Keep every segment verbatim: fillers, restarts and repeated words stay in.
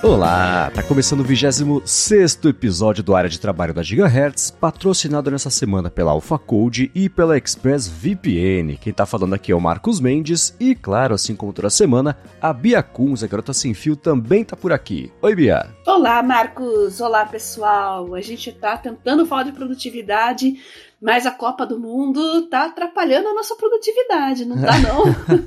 Olá, tá começando o vigésimo sexto episódio do Área de Trabalho da Gigahertz, patrocinado nessa semana pela AlphaCode e pela ExpressVPN. Quem tá falando aqui é o Marcos Mendes e, claro, assim como toda semana, a Bia Kunz, a garota sem fio, também tá por aqui. Oi, Bia! Olá, Marcos! Olá, pessoal! A gente tá tentando falar de produtividade, mas a Copa do Mundo tá atrapalhando a nossa produtividade, não tá, não?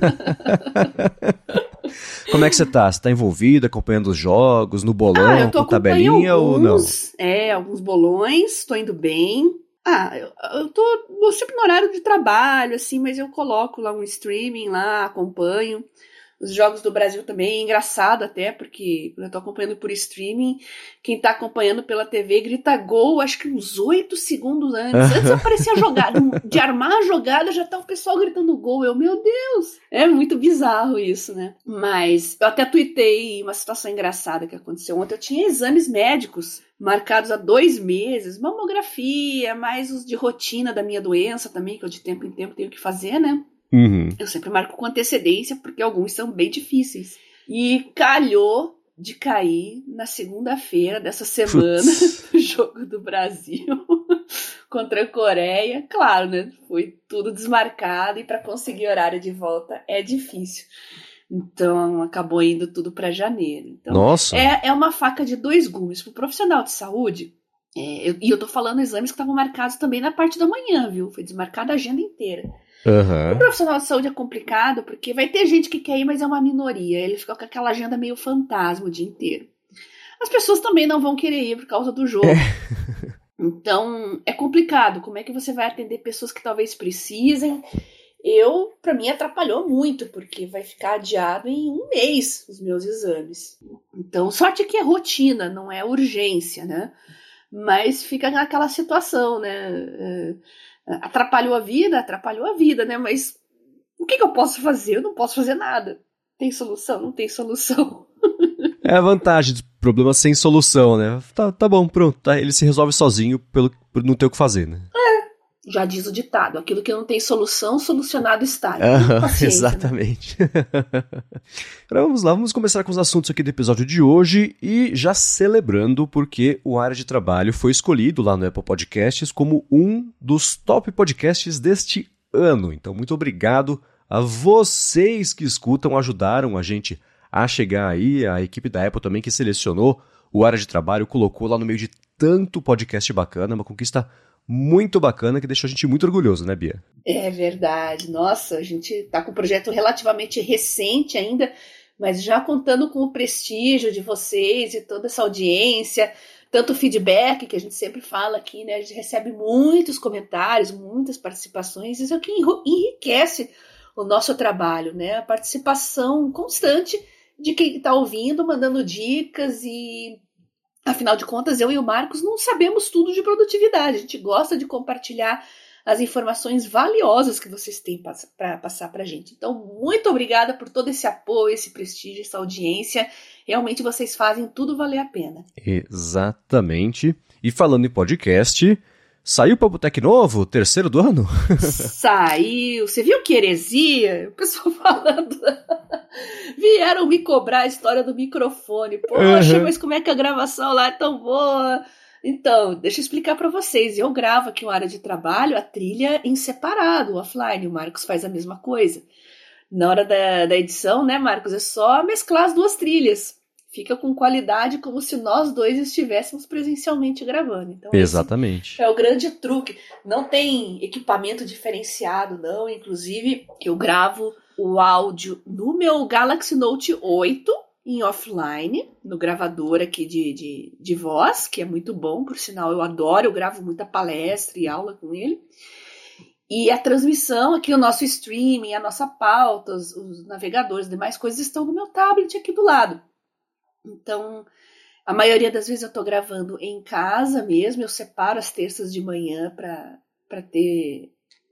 Como é que você tá? Você tá envolvido, acompanhando os jogos, no bolão, ah, eu tô com tabelinha alguns, ou não? É, alguns bolões, tô indo bem. Ah, eu, eu tô eu sempre no horário de trabalho, assim, mas eu coloco lá um streaming lá, acompanho. Os jogos do Brasil também, é engraçado até, porque quando eu tô acompanhando por streaming, quem tá acompanhando pela T V grita gol, acho que uns oito segundos antes. Antes aparecia a jogada, de armar a jogada, já tá o pessoal gritando gol. Eu, meu Deus! É muito bizarro isso, né? Mas eu até tuitei uma situação engraçada que aconteceu ontem. Eu tinha exames médicos marcados há dois meses, mamografia, mais os de rotina da minha doença também, que eu de tempo em tempo tenho que fazer, né? Uhum. Eu sempre marco com antecedência, porque alguns são bem difíceis. E calhou de cair na segunda-feira dessa semana, no jogo do Brasil contra a Coreia. Claro, né? Foi tudo desmarcado e para conseguir horário de volta é difícil. Então, acabou indo tudo para janeiro. Então, Nossa! É, é uma faca de dois gumes. Para o profissional de saúde, é, eu, e eu tô falando exames que estavam marcados também na parte da manhã, viu? Foi desmarcada a agenda inteira. Uhum. O profissional de saúde é complicado porque vai ter gente que quer ir, mas é uma minoria. Ele fica com aquela agenda meio fantasma o dia inteiro. As pessoas também não vão querer ir por causa do jogo. É. Então, é complicado. Como é que você vai atender pessoas que talvez precisem? Eu, pra mim, atrapalhou muito, porque vai ficar adiado em um mês os meus exames. Então, sorte que é rotina, não é urgência, né? Mas fica naquela situação, né? É... Atrapalhou a vida? Atrapalhou a vida, né? Mas o que, que eu posso fazer? Eu não posso fazer nada. Tem solução? Não tem solução. É a vantagem de problemas sem solução, né? Tá, tá bom, pronto. Tá, ele se resolve sozinho pelo, por não ter o que fazer, né? É, já diz o ditado. Aquilo que não tem solução, solucionado está. Ah, exatamente. Né? Vamos lá, vamos começar com os assuntos aqui do episódio de hoje e já celebrando porque o Área de Trabalho foi escolhido lá no Apple Podcasts como um dos top podcasts deste ano. Então, muito obrigado a vocês que escutam, ajudaram a gente a chegar aí, a equipe da Apple também que selecionou o Área de Trabalho, colocou lá no meio de tanto podcast bacana, uma conquista muito bacana que deixou a gente muito orgulhoso, né, Bia? É verdade. Nossa, a gente tá com um projeto relativamente recente ainda, mas já contando com o prestígio de vocês e toda essa audiência, tanto feedback que a gente sempre fala aqui, né? A gente recebe muitos comentários, muitas participações, isso é o que enriquece o nosso trabalho, né? A participação constante de quem está ouvindo, mandando dicas e... Afinal de contas, eu e o Marcos não sabemos tudo de produtividade. A gente gosta de compartilhar as informações valiosas que vocês têm para passar para a gente. Então, muito obrigada por todo esse apoio, esse prestígio, essa audiência. Realmente vocês fazem tudo valer a pena. Exatamente. E falando em podcast, saiu o Papotec novo, terceiro do ano? Saiu. Você viu que heresia? O pessoal falando... Vieram me cobrar a história do microfone. Poxa, uhum. Mas como é que a gravação lá é tão boa? Então, deixa eu explicar para vocês. Eu gravo aqui uma área de trabalho, a trilha em separado, offline. O Marcos faz a mesma coisa. Na hora da, da edição, né, Marcos? É só mesclar as duas trilhas. Fica com qualidade como se nós dois estivéssemos presencialmente gravando. Então, exatamente. É o grande truque. Não tem equipamento diferenciado, não. Inclusive, eu gravo o áudio no meu Galaxy Note oito em offline, no gravador aqui de, de, de voz, que é muito bom, por sinal eu adoro, eu gravo muita palestra e aula com ele. E a transmissão aqui, o nosso streaming, a nossa pauta, os, os navegadores, demais coisas estão no meu tablet aqui do lado. Então, a maioria das vezes eu estou gravando em casa mesmo, eu separo as terças de manhã para ter...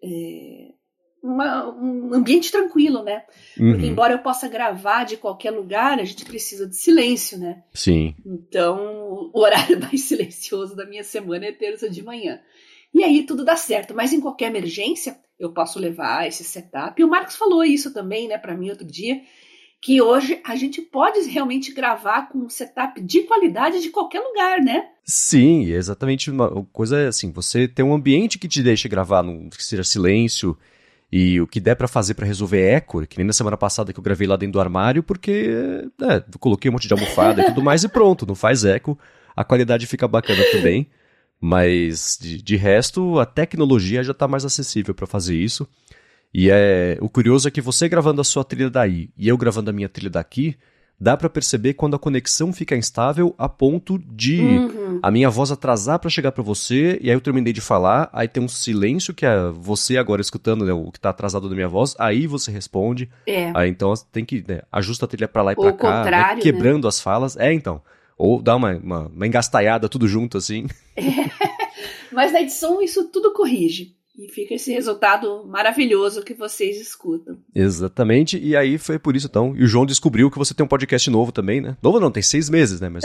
É, Uma, um ambiente tranquilo, né? Uhum. Porque embora eu possa gravar de qualquer lugar, a gente precisa de silêncio, né? Sim. Então, o horário mais silencioso da minha semana é terça de manhã. E aí tudo dá certo, mas em qualquer emergência eu posso levar esse setup. E o Marcos falou isso também, né, para mim outro dia, que hoje a gente pode realmente gravar com um setup de qualidade de qualquer lugar, né? Sim, é exatamente uma coisa assim, você tem um ambiente que te deixe gravar, num, que seja silêncio, e o que der pra fazer pra resolver eco, que nem na semana passada que eu gravei lá dentro do armário, porque é, eu coloquei um monte de almofada e tudo mais e pronto, não faz eco, a qualidade fica bacana também, mas de, de resto a tecnologia já tá mais acessível pra fazer isso. E é, o curioso é que você gravando a sua trilha daí e eu gravando a minha trilha daqui, dá pra perceber quando a conexão fica instável a ponto de uhum. a minha voz atrasar pra chegar pra você, e aí eu terminei de falar, aí tem um silêncio que é você agora escutando, né, o que tá atrasado da minha voz, aí você responde, é. Aí então tem que, né, ajusta a trilha pra lá e pra Ou cá, né, quebrando né? as falas, é então, ou dá uma, uma, uma engastalhada tudo junto assim. É. Mas na edição isso tudo corrige. E fica esse resultado maravilhoso que vocês escutam. Exatamente, e aí foi por isso então. E o João descobriu que você tem um podcast novo também, né? Novo não, tem seis meses, né? Mas...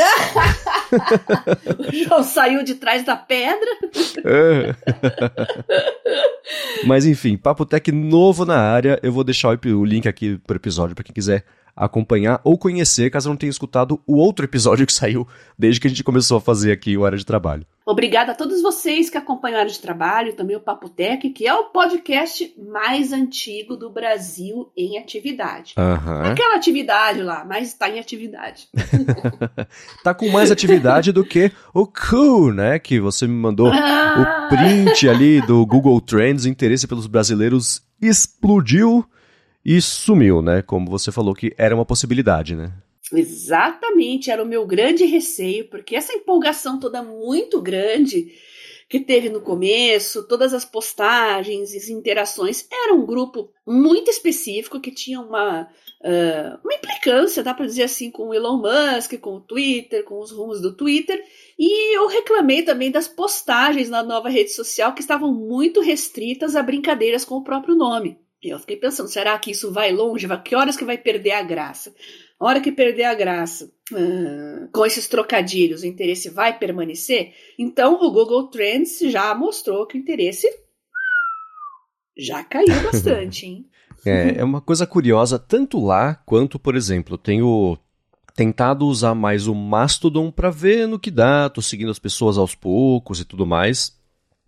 o João saiu de trás da pedra. É. Mas enfim, Papo Tech novo na área. Eu vou deixar o link aqui pro episódio para quem quiser acompanhar ou conhecer, caso não tenha escutado o outro episódio que saiu desde que a gente começou a fazer aqui o Área de Trabalho. Obrigada a todos vocês que acompanham a Área de Trabalho, também o Papo Tech, que é o podcast mais antigo do Brasil em atividade. Uhum. Aquela atividade lá, mas está em atividade. Tá com mais atividade do que o Cool, né? Que você me mandou ah! o print ali do Google Trends, o interesse pelos brasileiros explodiu e sumiu, né? Como você falou que era uma possibilidade, né? Exatamente, era o meu grande receio, porque essa empolgação toda muito grande que teve no começo, todas as postagens e as interações, era um grupo muito específico que tinha uma, uh, uma implicância, dá para dizer assim, com o Elon Musk, com o Twitter, com os rumos do Twitter, e eu reclamei também das postagens na nova rede social que estavam muito restritas a brincadeiras com o próprio nome. Eu fiquei pensando, será que isso vai longe? Que horas que vai perder a graça? A hora que perder a graça, uh, com esses trocadilhos, o interesse vai permanecer? Então, o Google Trends já mostrou que o interesse já caiu bastante, hein? É, é uma coisa curiosa, tanto lá quanto, por exemplo, eu tenho tentado usar mais o Mastodon para ver no que dá, tô seguindo as pessoas aos poucos e tudo mais,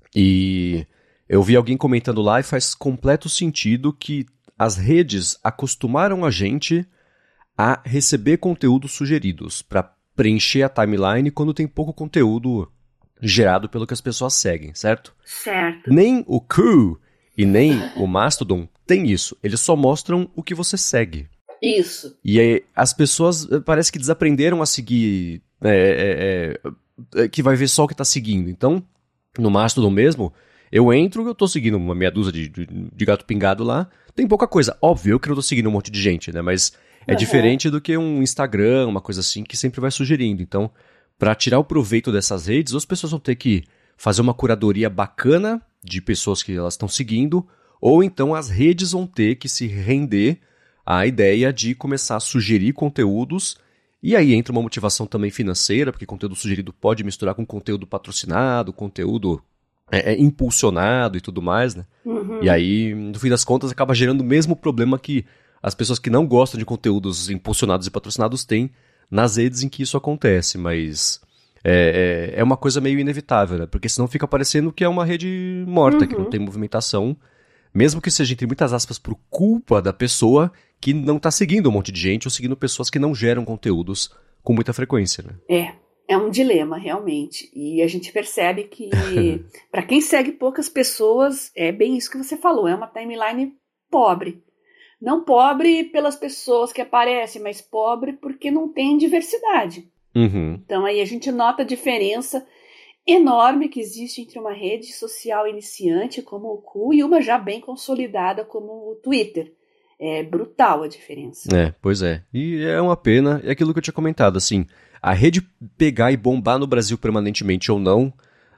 e eu vi alguém comentando lá e faz completo sentido que as redes acostumaram a gente a receber conteúdos sugeridos para preencher a timeline quando tem pouco conteúdo gerado pelo que as pessoas seguem, certo? Certo. Nem o Q e nem o Mastodon tem isso. Eles só mostram o que você segue. Isso. E aí, as pessoas parece que desaprenderam a seguir, é, é, é, que vai ver só o que tá seguindo. Então, no Mastodon mesmo, eu entro, eu tô seguindo uma meia dúzia de, de, de gato pingado lá, tem pouca coisa. Óbvio, eu que não tô seguindo um monte de gente, né? Mas é uhum. diferente do que um Instagram, uma coisa assim, que sempre vai sugerindo. Então, para tirar o proveito dessas redes, as pessoas vão ter que fazer uma curadoria bacana de pessoas que elas estão seguindo, ou então as redes vão ter que se render à ideia de começar a sugerir conteúdos, e aí entra uma motivação também financeira, porque conteúdo sugerido pode misturar com conteúdo patrocinado, conteúdo é, é, impulsionado e tudo mais, né? Uhum. E aí, no fim das contas, acaba gerando o mesmo problema que as pessoas que não gostam de conteúdos impulsionados e patrocinados têm nas redes em que isso acontece, mas é, é, é uma coisa meio inevitável, né? Porque senão fica parecendo que é uma rede morta, uhum. que não tem movimentação, mesmo que seja, entre muitas aspas, por culpa da pessoa que não está seguindo um monte de gente ou seguindo pessoas que não geram conteúdos com muita frequência, né? É, é um dilema, realmente. E a gente percebe que, para quem segue poucas pessoas, é bem isso que você falou, é uma timeline pobre. Não pobre pelas pessoas que aparecem, mas pobre porque não tem diversidade. Uhum. Então aí a gente nota a diferença enorme que existe entre uma rede social iniciante como o Cu e uma já bem consolidada como o Twitter. É brutal a diferença. É, pois é. E é uma pena, é aquilo que eu tinha comentado, assim, a rede pegar e bombar no Brasil permanentemente ou não,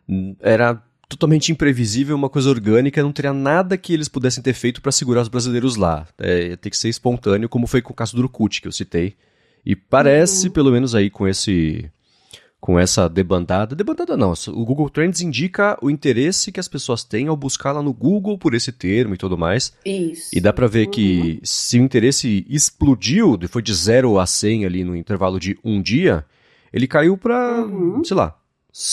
era totalmente imprevisível, uma coisa orgânica, não teria nada que eles pudessem ter feito para segurar os brasileiros lá. É, ia ter que ser espontâneo, como foi com o caso do Orkut, que eu citei. E parece, uhum. pelo menos aí com esse, com essa debandada. Debandada não, o Google Trends indica o interesse que as pessoas têm ao buscar lá no Google por esse termo e tudo mais. Isso. E dá pra ver Uhum. que se o interesse explodiu, foi de zero a cem ali no intervalo de um dia, ele caiu pra, Uhum. sei lá,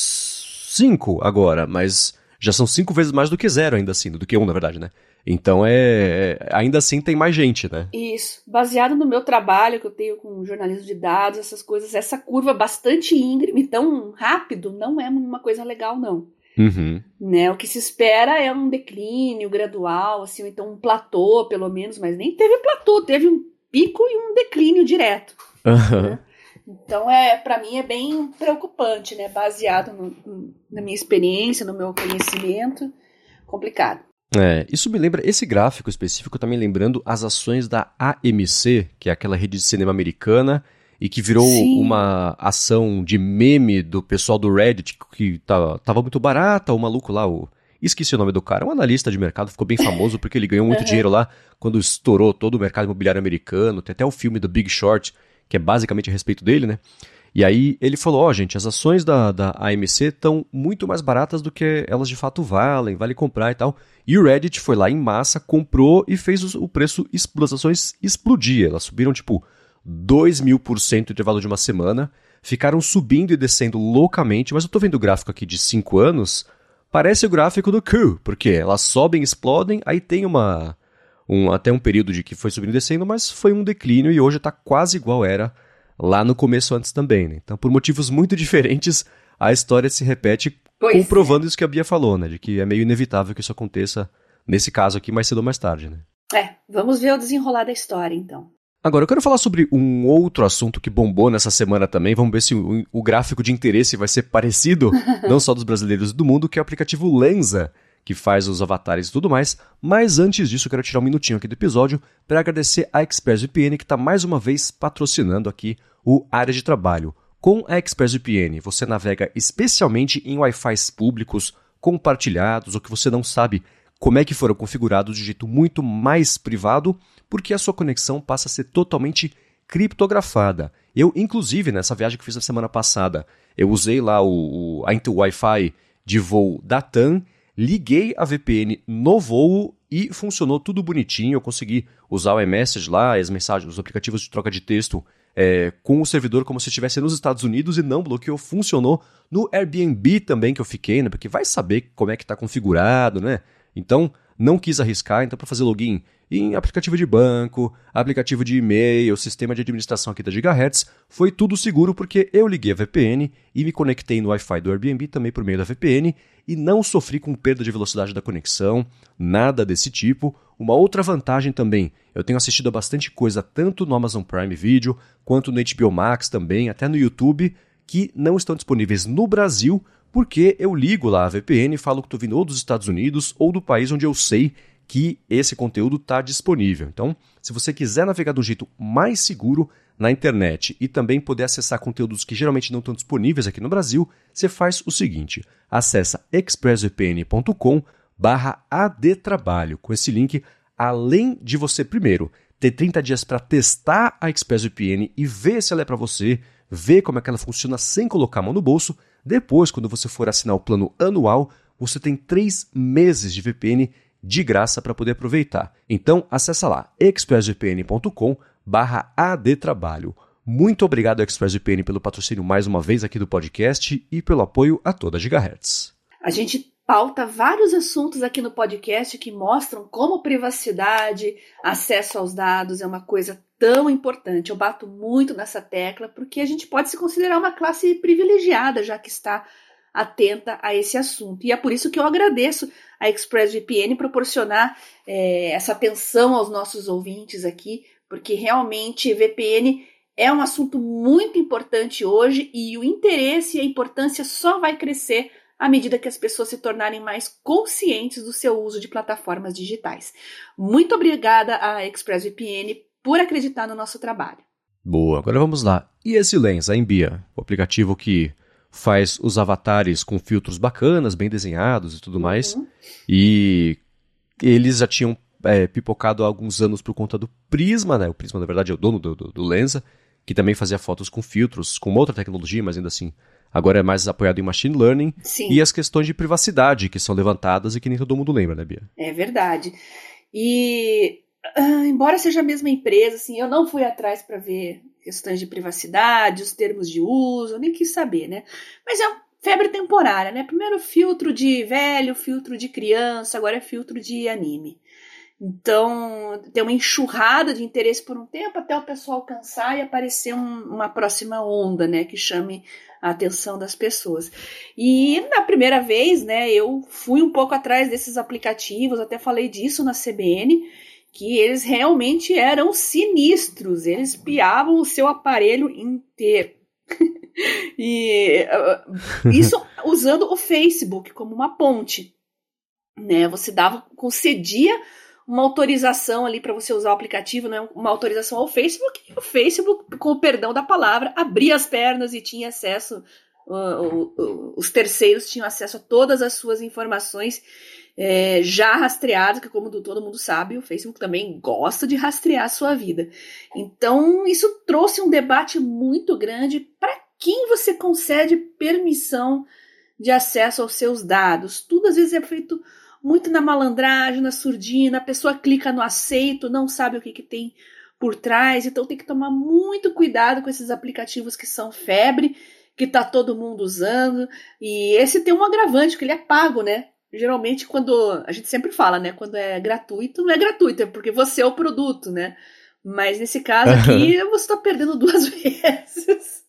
cinco agora, mas já são cinco vezes mais do que zero ainda assim, do que um na verdade, né? Então é, é ainda assim tem mais gente, né? Isso. Baseado no meu trabalho que eu tenho com jornalismo de dados, essas coisas, essa curva bastante íngreme, tão rápido, não é uma coisa legal, não. Uhum. Né? O que se espera é um declínio gradual, assim, ou então um platô, pelo menos, mas nem teve platô, teve um pico e um declínio direto. Uhum. Né? Então, é, para mim, é bem preocupante, né? Baseado no, no, na minha experiência, no meu conhecimento, complicado. É, isso me lembra, esse gráfico específico tá me lembrando as ações da A M C, que é aquela rede de cinema americana, e que virou Sim. uma ação de meme do pessoal do Reddit, que tava, tava muito barata, o maluco lá, o, esqueci o nome do cara, um analista de mercado, ficou bem famoso porque ele ganhou muito Uhum. dinheiro lá quando estourou todo o mercado imobiliário americano, tem até o filme do Big Short, que é basicamente a respeito dele, né? E aí ele falou, ó, oh, gente, as ações da, da A M C estão muito mais baratas do que elas de fato valem, vale comprar e tal. E o Reddit foi lá em massa, comprou e fez o preço das ações explodir. Elas subiram tipo dois mil por cento no intervalo de uma semana, ficaram subindo e descendo loucamente, mas eu tô vendo o gráfico aqui de cinco anos, parece o gráfico do Q, porque elas sobem, explodem, aí tem uma, um, até um período de que foi subindo e descendo, mas foi um declínio e hoje tá quase igual era lá no começo antes também, né? Então, por motivos muito diferentes, a história se repete, Pois comprovando é. isso que a Bia falou, né? De que é meio inevitável que isso aconteça, nesse caso aqui, mais cedo ou mais tarde, né? É, vamos ver o desenrolar da história, então. Agora, eu quero falar sobre um outro assunto que bombou nessa semana também. Vamos ver se o, o gráfico de interesse vai ser parecido, não só dos brasileiros e do mundo, que é o aplicativo Lensa, que faz os avatares e tudo mais. Mas antes disso, eu quero tirar um minutinho aqui do episódio para agradecer a ExpressVPN, que está mais uma vez patrocinando aqui o Área de Trabalho. Com a ExpressVPN, você navega especialmente em Wi-Fis públicos, compartilhados, ou que você não sabe como é que foram configurados de jeito muito mais privado, porque a sua conexão passa a ser totalmente criptografada. Eu, inclusive, nessa viagem que fiz na semana passada, eu usei lá o, o, a Wi-Fi de voo da TAM, liguei a V P N no voo e funcionou tudo bonitinho. Eu consegui usar o iMessage lá, as mensagens, os aplicativos de troca de texto é, com o servidor como se estivesse nos Estados Unidos e não bloqueou. Funcionou no Airbnb também que eu fiquei, né? Porque vai saber como é que está configurado, né? Então, não quis arriscar. Então, para fazer login em aplicativo de banco, aplicativo de e-mail, sistema de administração aqui da Gigahertz, foi tudo seguro porque eu liguei a V P N e me conectei no Wi-Fi do Airbnb também por meio da V P N e não sofri com perda de velocidade da conexão, nada desse tipo. Uma outra vantagem também, eu tenho assistido a bastante coisa tanto no Amazon Prime Video quanto no H B O Max também, até no YouTube, que não estão disponíveis no Brasil porque eu ligo lá a V P N e falo que estou vindo ou dos Estados Unidos ou do país onde eu sei que esse conteúdo está disponível. Então, se você quiser navegar de um jeito mais seguro na internet e também poder acessar conteúdos que geralmente não estão disponíveis aqui no Brasil, você faz o seguinte, acessa expressvpn ponto com barra adtrabalho. Com esse link, além de você, primeiro, ter trinta dias para testar a ExpressVPN e ver se ela é para você, ver como é que ela funciona sem colocar a mão no bolso, depois, quando você for assinar o plano anual, você tem três meses de V P N de graça para poder aproveitar. Então, acessa lá, expressvpn ponto com barra adtrabalho. Muito obrigado, ExpressVPN, pelo patrocínio mais uma vez aqui do podcast e pelo apoio a toda a Gigahertz. A gente pauta vários assuntos aqui no podcast que mostram como privacidade, acesso aos dados é uma coisa tão importante. Eu bato muito nessa tecla porque a gente pode se considerar uma classe privilegiada, já que está atenta a esse assunto. E é por isso que eu agradeço a ExpressVPN proporcionar é, essa atenção aos nossos ouvintes aqui, porque realmente V P N é um assunto muito importante hoje e o interesse e a importância só vai crescer à medida que as pessoas se tornarem mais conscientes do seu uso de plataformas digitais. Muito obrigada à ExpressVPN por acreditar no nosso trabalho. Boa, agora vamos lá. E esse Lensa, hein, Bia? O aplicativo que faz os avatares com filtros bacanas, bem desenhados e tudo mais. Uhum. E eles já tinham é, pipocado há alguns anos por conta do Prisma, né? O Prisma, na verdade, é o dono do, do, do Lensa, que também fazia fotos com filtros, com outra tecnologia, mas ainda assim agora é mais apoiado em machine learning. Sim. E as questões de privacidade que são levantadas e que nem todo mundo lembra, né, Bia? É verdade. E, uh, embora seja a mesma empresa, assim, eu não fui atrás para ver questões de privacidade, os termos de uso, eu nem quis saber, né? Mas é uma febre temporária, né? Primeiro filtro de velho, filtro de criança, agora é filtro de anime. Então, tem uma enxurrada de interesse por um tempo até o pessoal cansar e aparecer um, uma próxima onda, né, que chame a atenção das pessoas. E na primeira vez, né, eu fui um pouco atrás desses aplicativos, até falei disso na C B N, que eles realmente eram sinistros, eles espiavam o seu aparelho inteiro. E uh, isso usando o Facebook como uma ponte, né? Você dava, concedia uma autorização ali para você usar o aplicativo, né? Uma autorização ao Facebook, e o Facebook, com o perdão da palavra, abria as pernas e tinha acesso, uh, uh, uh, os terceiros tinham acesso a todas as suas informações é, já rastreadas, que como todo mundo sabe, o Facebook também gosta de rastrear a sua vida. Então, isso trouxe um debate muito grande para quem você concede permissão de acesso aos seus dados. Tudo às vezes é feito muito na malandragem, na surdina, a pessoa clica no aceito, não sabe o que, que tem por trás, então tem que tomar muito cuidado com esses aplicativos que são febre, que tá todo mundo usando, e esse tem um agravante, que ele é pago, né? Geralmente quando, a gente sempre fala, né, quando é gratuito, não é gratuito, é porque você é o produto, né? Mas nesse caso aqui, você tá perdendo duas vezes.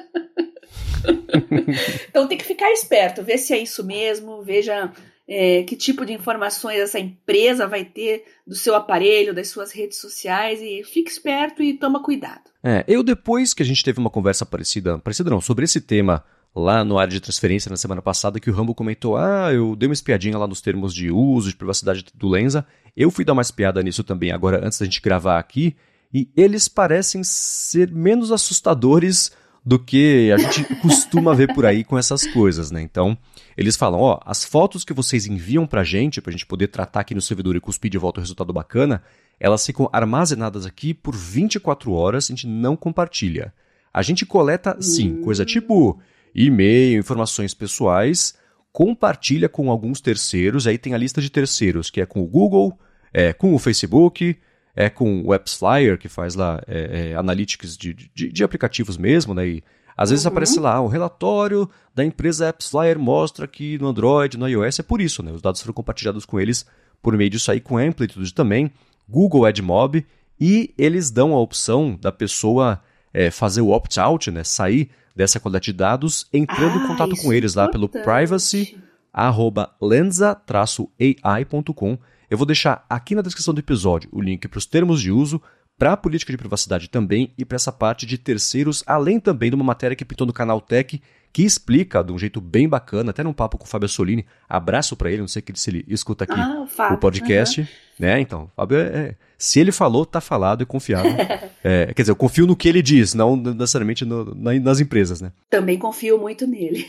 Então tem que ficar esperto, ver se é isso mesmo, veja é, que tipo de informações essa empresa vai ter do seu aparelho, das suas redes sociais, e fique esperto e toma cuidado. É, eu depois que a gente teve uma conversa parecida, parecida não, sobre esse tema lá no Área de Transferência na semana passada, que o Rambo comentou, ah, eu dei uma espiadinha lá nos termos de uso, de privacidade do Lensa, eu fui dar uma espiada nisso também agora, antes da gente gravar aqui, e eles parecem ser menos assustadores do que a gente costuma ver por aí com essas coisas, né? Então, eles falam, ó, as fotos que vocês enviam pra gente, pra gente poder tratar aqui no servidor e cuspir de volta o resultado bacana, elas ficam armazenadas aqui por vinte e quatro horas, a gente não compartilha. A gente coleta, sim, hum. coisa tipo e-mail, informações pessoais, compartilha com alguns terceiros, aí tem a lista de terceiros, que é com o Google, é com o Facebook, é com o AppsFlyer, que faz lá é, é, analytics de, de, de aplicativos mesmo, né? E às vezes uhum. aparece lá, o relatório da empresa AppsFlyer mostra que no Android, no iOS, é por isso, né? Os dados foram compartilhados com eles por meio disso aí, com Amplitude também, Google AdMob, e eles dão a opção da pessoa é, fazer o opt-out, né? Sair dessa coleta de dados, entrando ah, em contato com eles lá pelo privacy arroba lensa traço a i ponto com. Eu vou deixar aqui na descrição do episódio o link para os termos de uso, para a política de privacidade também e para essa parte de terceiros, além também de uma matéria que pintou no canal Tech, que explica de um jeito bem bacana, até num papo com o Fábio Assolini, abraço para ele, não sei se ele escuta aqui ah, o, o podcast, uhum. né? Então, Fábio, é, é, se ele falou, tá falado e confiável. é, quer dizer, eu confio no que ele diz, não necessariamente no, na, nas empresas, né? Também confio muito nele.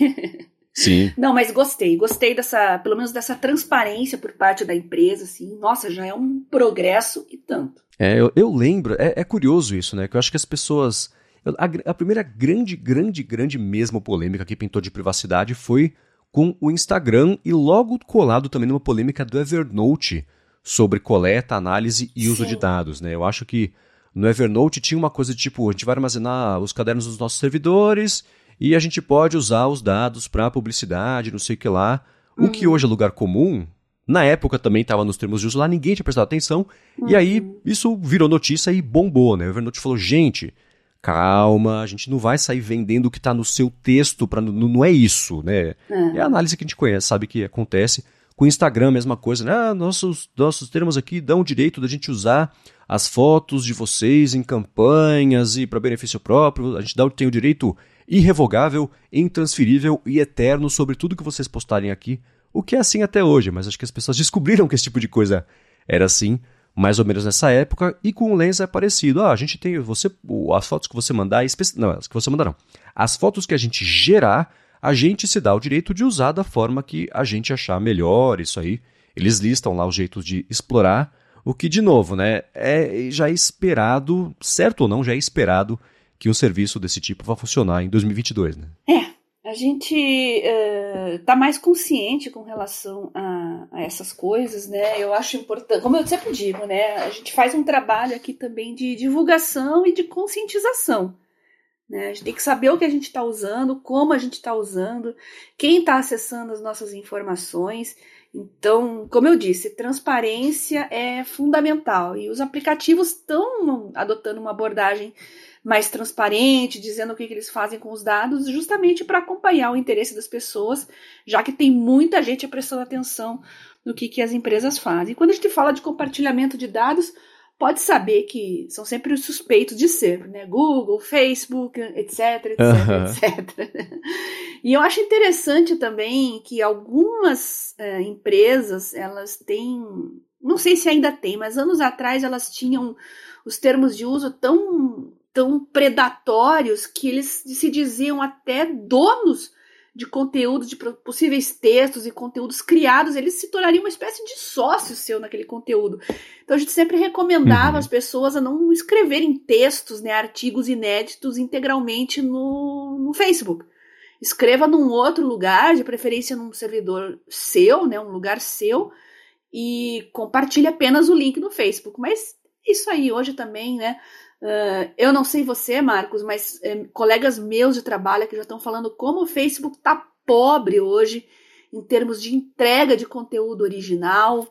Sim. Não, mas gostei, gostei dessa, pelo menos dessa transparência por parte da empresa, assim, nossa, já é um progresso e tanto. É, eu, eu lembro, é, é curioso isso, né, que eu acho que as pessoas, a, a primeira grande, grande, grande mesmo polêmica que pintou de privacidade foi com o Instagram e logo colado também numa polêmica do Evernote sobre coleta, análise e uso Sim. de dados, né, eu acho que no Evernote tinha uma coisa de tipo, a gente vai armazenar os cadernos dos nossos servidores e a gente pode usar os dados para publicidade, não sei o que lá. O uhum. que hoje é lugar comum, na época também estava nos termos de uso lá, ninguém tinha prestado atenção. Uhum. E aí isso virou notícia e bombou, né? O Evernote falou, gente, calma, a gente não vai sair vendendo o que está no seu texto, pra, não, não é isso, né? Uhum. É a análise que a gente conhece, sabe que acontece. Com o Instagram, a mesma coisa, né? Ah, nossos, nossos termos aqui dão o direito da gente usar as fotos de vocês em campanhas e para benefício próprio, a gente dá, tem o direito irrevogável, intransferível e eterno sobre tudo que vocês postarem aqui, o que é assim até hoje, mas acho que as pessoas descobriram que esse tipo de coisa era assim, mais ou menos nessa época, e com o Lensa é parecido. Ah, a gente tem, você, as fotos que você mandar, não, as que você mandar não, as fotos que a gente gerar, a gente se dá o direito de usar da forma que a gente achar melhor, isso aí, eles listam lá os jeitos de explorar, o que, de novo, né, é já é esperado, certo ou não, já é esperado que um serviço desse tipo vai funcionar em dois mil e vinte e dois, né? É, A gente está uh, mais consciente com relação a, a essas coisas, né? Eu acho importante, como eu sempre digo, né? A gente faz um trabalho aqui também de divulgação e de conscientização, né? A gente tem que saber o que a gente está usando, como a gente está usando, quem está acessando as nossas informações. Então, como eu disse, transparência é fundamental e os aplicativos estão adotando uma abordagem mais transparente, dizendo o que, que eles fazem com os dados, justamente para acompanhar o interesse das pessoas, já que tem muita gente prestando atenção no que, que as empresas fazem. E quando a gente fala de compartilhamento de dados, pode saber que são sempre os suspeitos de ser, né? Google, Facebook, etc, etc, uhum. etcétera. E eu acho interessante também que algumas é, empresas, elas têm, não sei se ainda tem, mas anos atrás elas tinham os termos de uso tão, tão predatórios que eles se diziam até donos de conteúdo, de possíveis textos e conteúdos criados, eles se tornariam uma espécie de sócio seu naquele conteúdo. Então a gente sempre recomendava uhum. as pessoas a não escreverem textos, né, artigos inéditos integralmente no, no Facebook. Escreva num outro lugar, de preferência num servidor seu, né, um lugar seu, e compartilhe apenas o link no Facebook. Mas isso aí hoje também, né? Uh, eu não sei você, Marcos, mas eh, colegas meus de trabalho que já estão falando como o Facebook está pobre hoje em termos de entrega de conteúdo original,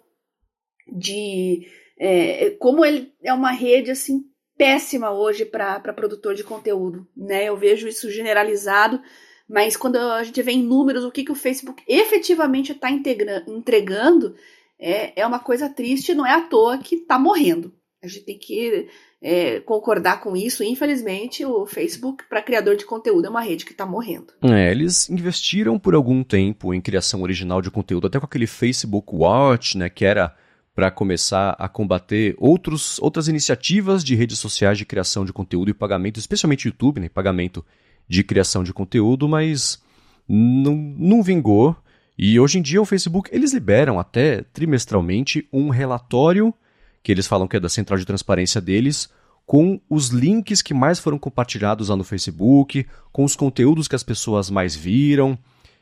de eh, como ele é uma rede assim péssima hoje para produtor de conteúdo, né? Eu vejo isso generalizado, mas quando a gente vê em números o que, que o Facebook efetivamente está entregando, é, é uma coisa triste, não é à toa que está morrendo. A gente tem que é, concordar com isso. Infelizmente, o Facebook, para criador de conteúdo, é uma rede que está morrendo. É, eles investiram por algum tempo em criação original de conteúdo, até com aquele Facebook Watch, né, que era para começar a combater outros, outras iniciativas de redes sociais de criação de conteúdo e pagamento, especialmente YouTube, né, pagamento de criação de conteúdo, mas não, não vingou. E hoje em dia o Facebook, eles liberam até trimestralmente um relatório que eles falam que é da central de transparência deles, com os links que mais foram compartilhados lá no Facebook, com os conteúdos que as pessoas mais viram.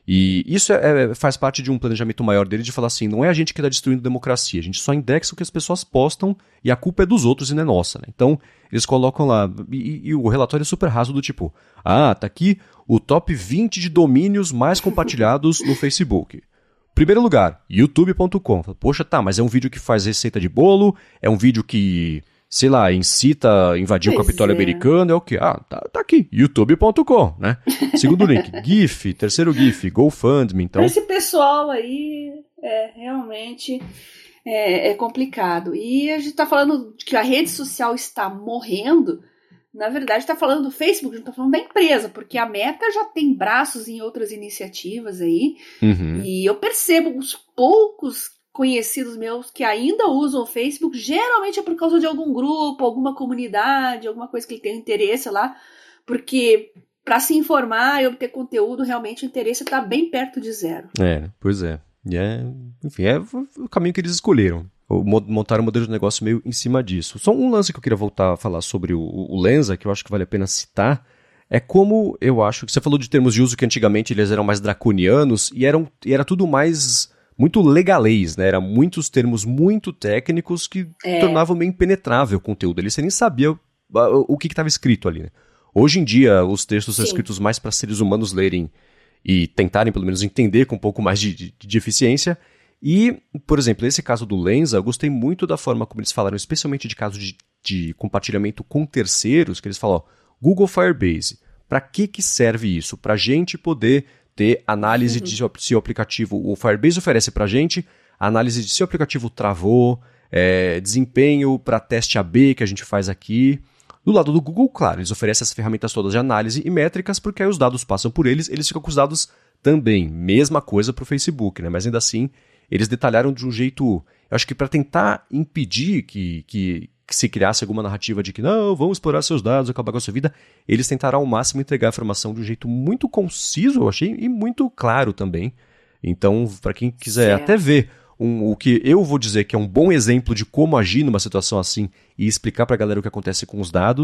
E isso é, é, faz parte de um planejamento maior deles de falar assim, não é a gente que está destruindo a democracia, a gente só indexa o que as pessoas postam e a culpa é dos outros e não é nossa, né? Então, eles colocam lá, e, e o relatório é super raso do tipo, ah, tá aqui o top vinte de domínios mais compartilhados no Facebook. Primeiro lugar, youtube ponto com. Poxa, tá, mas é um vídeo que faz receita de bolo, é um vídeo que, sei lá, incita a invadir pois o Capitólio é. americano, é o quê? Ah, tá, tá aqui, youtube ponto com, né? Segundo link, GIF, terceiro GIF, GoFundMe, então... Esse pessoal aí, é, realmente é, é complicado. E a gente tá falando que a rede social está morrendo. Na verdade, está falando do Facebook, não está falando da empresa, porque a Meta já tem braços em outras iniciativas aí, uhum. e eu percebo os poucos conhecidos meus que ainda usam o Facebook, geralmente é por causa de algum grupo, alguma comunidade, alguma coisa que ele tem interesse lá, porque para se informar e obter conteúdo, realmente o interesse está bem perto de zero. É, pois é. E é, enfim, é o caminho que eles escolheram. Montaram um modelo de negócio meio em cima disso. Só um lance que eu queria voltar a falar sobre o, o Lensa, que eu acho que vale a pena citar, é como eu acho que você falou de termos de uso que antigamente eles eram mais draconianos e, eram, e era tudo mais, muito legalês, né? Eram muitos termos muito técnicos que é. tornavam meio impenetrável o conteúdo. Ali você nem sabia o, o que estava escrito ali, né? Hoje em dia, os textos Sim. são escritos mais para seres humanos lerem e tentarem, pelo menos, entender com um pouco mais de, de, de eficiência. E, por exemplo, nesse caso do Lensa, eu gostei muito da forma como eles falaram, especialmente de casos de, de compartilhamento com terceiros, que eles falam, ó, Google Firebase, para que, que serve isso? Para a gente poder ter análise uhum. de se o aplicativo, o Firebase oferece para a gente análise de se o aplicativo travou, é, desempenho para teste A B que a gente faz aqui. Do lado do Google, claro, eles oferecem essas ferramentas todas de análise e métricas, porque aí os dados passam por eles, eles ficam com os dados também. Mesma coisa para o Facebook, né? Mas ainda assim, eles detalharam de um jeito, eu acho que para tentar impedir que, que, que se criasse alguma narrativa de que não, vamos explorar seus dados, acabar com a sua vida, eles tentaram ao máximo entregar a informação de um jeito muito conciso, eu achei, e muito claro também. Então, para quem quiser certo. até ver um, o que eu vou dizer que é um bom exemplo de como agir numa situação assim e explicar para a galera o que acontece com os dados,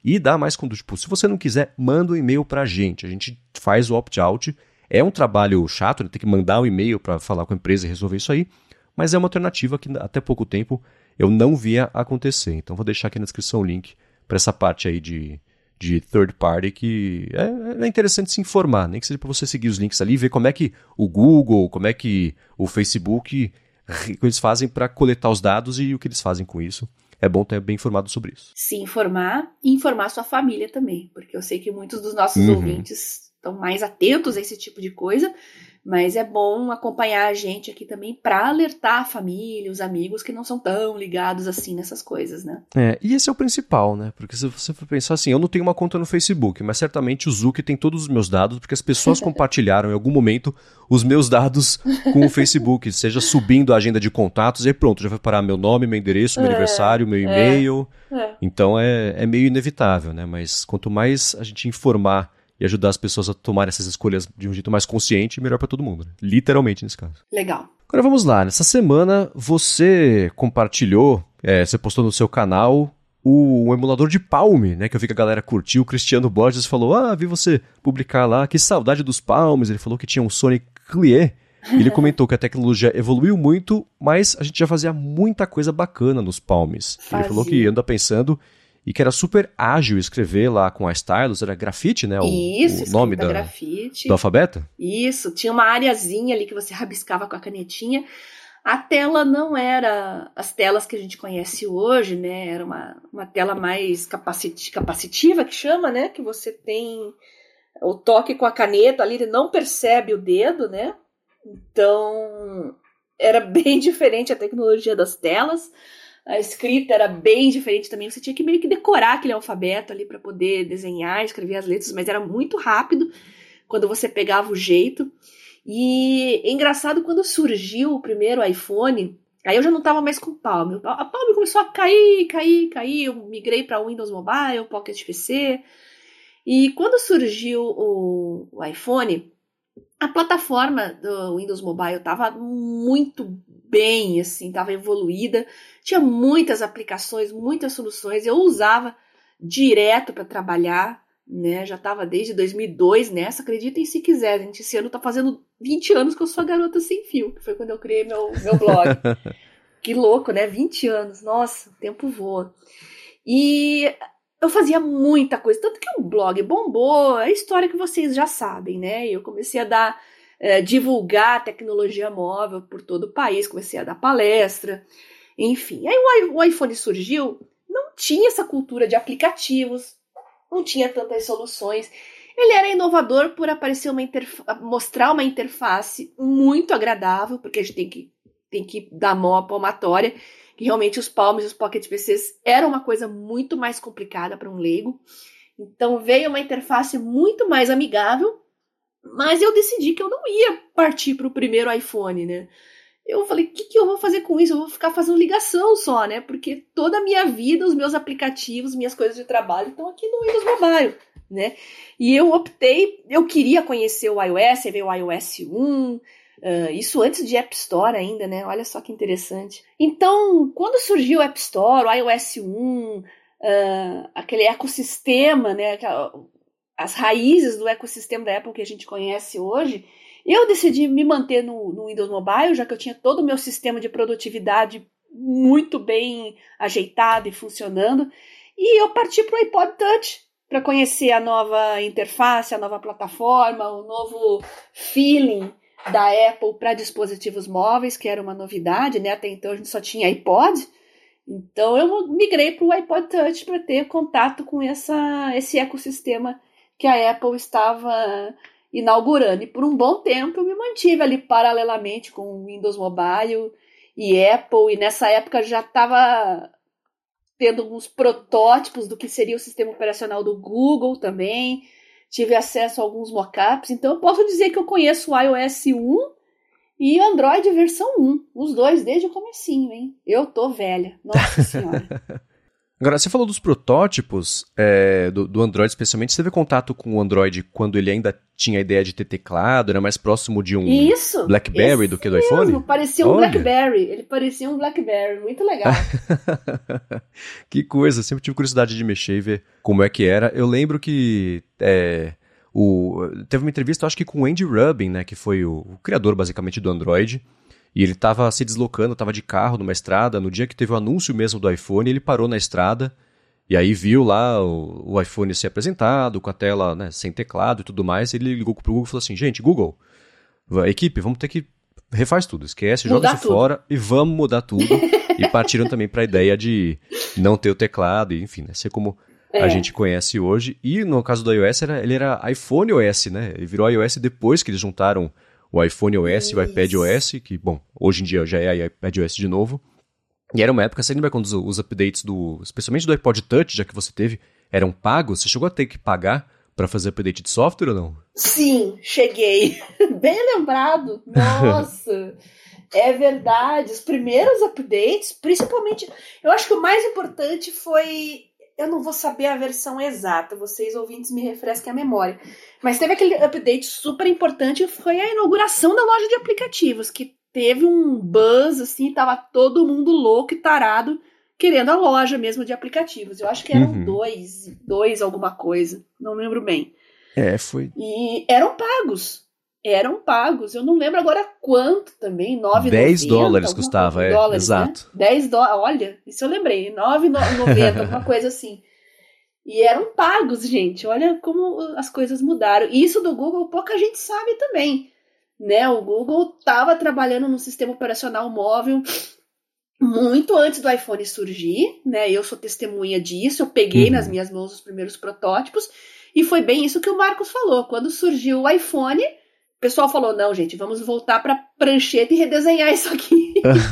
E dá mais quando, tipo, se você não quiser, manda um e-mail pra gente. A gente faz o opt-out. É um trabalho chato, né? Tem que mandar um e-mail para falar com a empresa e resolver isso aí. Mas é uma alternativa que até pouco tempo eu não via acontecer. Então vou deixar aqui na descrição o link para essa parte aí de, de third party que é, é interessante se informar. Nem que seja para você seguir os links ali e ver como é que o Google, como é que o Facebook, o que eles fazem para coletar os dados e o que eles fazem com isso. É bom ter bem informado sobre isso. Se informar e informar sua família também, porque eu sei que muitos dos nossos Uhum. ouvintes estão mais atentos a esse tipo de coisa, mas é bom acompanhar a gente aqui também para alertar a família, os amigos que não são tão ligados assim nessas coisas, né? É, e esse é o principal, né? Porque se você for pensar assim, eu não tenho uma conta no Facebook, mas certamente o Zuck tem todos os meus dados, porque as pessoas compartilharam em algum momento os meus dados com o Facebook, seja subindo a agenda de contatos, e aí pronto, já vai parar meu nome, meu endereço, meu É, aniversário, meu e-mail. É, é. Então é, é meio inevitável, né? Mas quanto mais a gente informar e ajudar as pessoas a tomar essas escolhas de um jeito mais consciente, melhor para todo mundo, né? Literalmente nesse caso. Legal. Agora vamos lá, nessa semana você compartilhou, é, você postou no seu canal o, o emulador de Palm, né, que eu vi que a galera curtiu. O Cristiano Borges falou, ah, vi você publicar lá, que saudade dos Palms. Ele falou que tinha um Sony Clear. E ele comentou que a tecnologia evoluiu muito, mas a gente já fazia muita coisa bacana nos Palms. Fazia. Ele falou que anda pensando e que era super ágil escrever lá com a Stylus, era grafite, né? O, Isso, o nome da, grafite. do alfabeto? Isso, tinha uma areazinha ali que você rabiscava com a canetinha. A tela não era as telas que a gente conhece hoje, né? Era uma, uma tela mais capacit, capacitiva, que chama, né? Que você tem o toque com a caneta ali, ele não percebe o dedo, né? Então, era bem diferente a tecnologia das telas. A escrita era bem diferente também. Você tinha que meio que decorar aquele alfabeto ali para poder desenhar, escrever as letras, mas era muito rápido quando você pegava o jeito. E é engraçado, quando surgiu o primeiro iPhone, aí eu já não estava mais com o Palm. A Palm começou a cair, cair, cair. Eu migrei para o Windows Mobile, Pocket P C. E quando surgiu o, o iPhone, a plataforma do Windows Mobile estava muito bem, assim, estava evoluída. Tinha muitas aplicações, muitas soluções. Eu usava direto para trabalhar, né? Já estava desde dois mil e dois nessa, acreditem se quiser, gente. Esse ano está fazendo vinte anos que eu sou a garota sem fio, que foi quando eu criei meu, meu blog. Que louco, né? vinte anos, nossa, o tempo voa. E eu fazia muita coisa, tanto que o blog bombou, é a história que vocês já sabem, né? Eu comecei a dar, é, divulgar tecnologia móvel por todo o país, comecei a dar palestra, enfim. Aí o iPhone surgiu, não tinha essa cultura de aplicativos, não tinha tantas soluções. Ele era inovador por aparecer uma interfa- mostrar uma interface muito agradável, porque a gente tem que, tem que dar mão à palmatória, que realmente os Palms e os Pocket P Cs eram uma coisa muito mais complicada para um leigo. Então veio uma interface muito mais amigável, mas eu decidi que eu não ia partir para o primeiro iPhone, né? Eu falei, o que, que eu vou fazer com isso? Eu vou ficar fazendo ligação só, né? Porque toda a minha vida, os meus aplicativos, minhas coisas de trabalho estão aqui no Windows Mobile, né? E eu optei, eu queria conhecer o iOS, veio o iOS um, uh, isso antes de App Store ainda, né? Olha só que interessante. Então, quando surgiu o App Store, o iOS um, uh, aquele ecossistema, né? As raízes do ecossistema da Apple que a gente conhece hoje, eu decidi me manter no, no Windows Mobile, já que eu tinha todo o meu sistema de produtividade muito bem ajeitado e funcionando, e eu parti para o iPod Touch para conhecer a nova interface, a nova plataforma, o novo feeling da Apple para dispositivos móveis, que era uma novidade, né? Até então a gente só tinha iPod, então eu migrei para o iPod Touch para ter contato com essa, esse ecossistema que a Apple estava inaugurando. E por um bom tempo eu me mantive ali paralelamente com o Windows Mobile e Apple, e nessa época já estava tendo alguns protótipos do que seria o sistema operacional do Google também, tive acesso a alguns mockups, então eu posso dizer que eu conheço o iOS um e Android versão um, os dois desde o comecinho, hein? Eu tô velha, nossa senhora. Agora, você falou dos protótipos é, do, do Android, especialmente. Você teve contato com o Android quando ele ainda tinha a ideia de ter teclado? Era mais próximo de um Isso, BlackBerry do que do mesmo, iPhone? Parecia um Olha. BlackBerry. Ele parecia um BlackBerry. Muito legal. Que coisa. Sempre tive curiosidade de mexer e ver como é que era. Eu lembro que é, o, teve uma entrevista, acho que com o Andy Rubin, né, que foi o, o criador, basicamente, do Android. E ele estava se deslocando, estava de carro numa estrada. No dia que teve o anúncio mesmo do iPhone, ele parou na estrada e aí viu lá o, o iPhone ser apresentado, com a tela, né, sem teclado e tudo mais. Ele ligou pro Google e falou assim, gente, Google, equipe, vamos ter que refaz tudo, esquece, Mudar joga isso tudo. fora e vamos mudar tudo. E partiram também para a ideia de não ter o teclado, e, enfim, né, ser como É. a gente conhece hoje. E no caso do iOS, era, ele era iPhone O S, né? Ele virou iOS depois que eles juntaram o iPhone O S e o iPadOS, que, bom, hoje em dia já é iPadOS de novo. E era uma época, você lembra quando os, os updates, do, especialmente do iPod Touch, já que você teve, eram pagos? Você chegou a ter que pagar para fazer update de software ou não? Sim, cheguei. Bem lembrado. Nossa, é verdade. Os primeiros updates, principalmente... Eu acho que o mais importante foi... Eu não vou saber a versão exata, vocês ouvintes me refresquem a memória. Mas teve aquele update super importante, foi a inauguração da loja de aplicativos, que teve um buzz, assim, tava todo mundo louco e tarado, querendo a loja mesmo de aplicativos. Eu acho que eram Uhum. dois, dois alguma coisa, não lembro bem. É, foi E eram pagos. Eram pagos. Eu não lembro agora quanto também. nove reais e noventa dez dólares alguma custava, coisa, é, dólares, exato. Né? dez dólares. Olha, isso eu lembrei. nove reais e noventa, alguma coisa assim. E eram pagos, gente. Olha como as coisas mudaram. E isso do Google pouca gente sabe também. Né? O Google estava trabalhando num sistema operacional móvel muito antes do iPhone surgir. Né? Eu sou testemunha disso. Eu peguei Uhum. nas minhas mãos os primeiros protótipos. E foi bem isso que o Marcos falou. Quando surgiu o iPhone, o pessoal falou, não, gente, vamos voltar para prancheta e redesenhar isso aqui.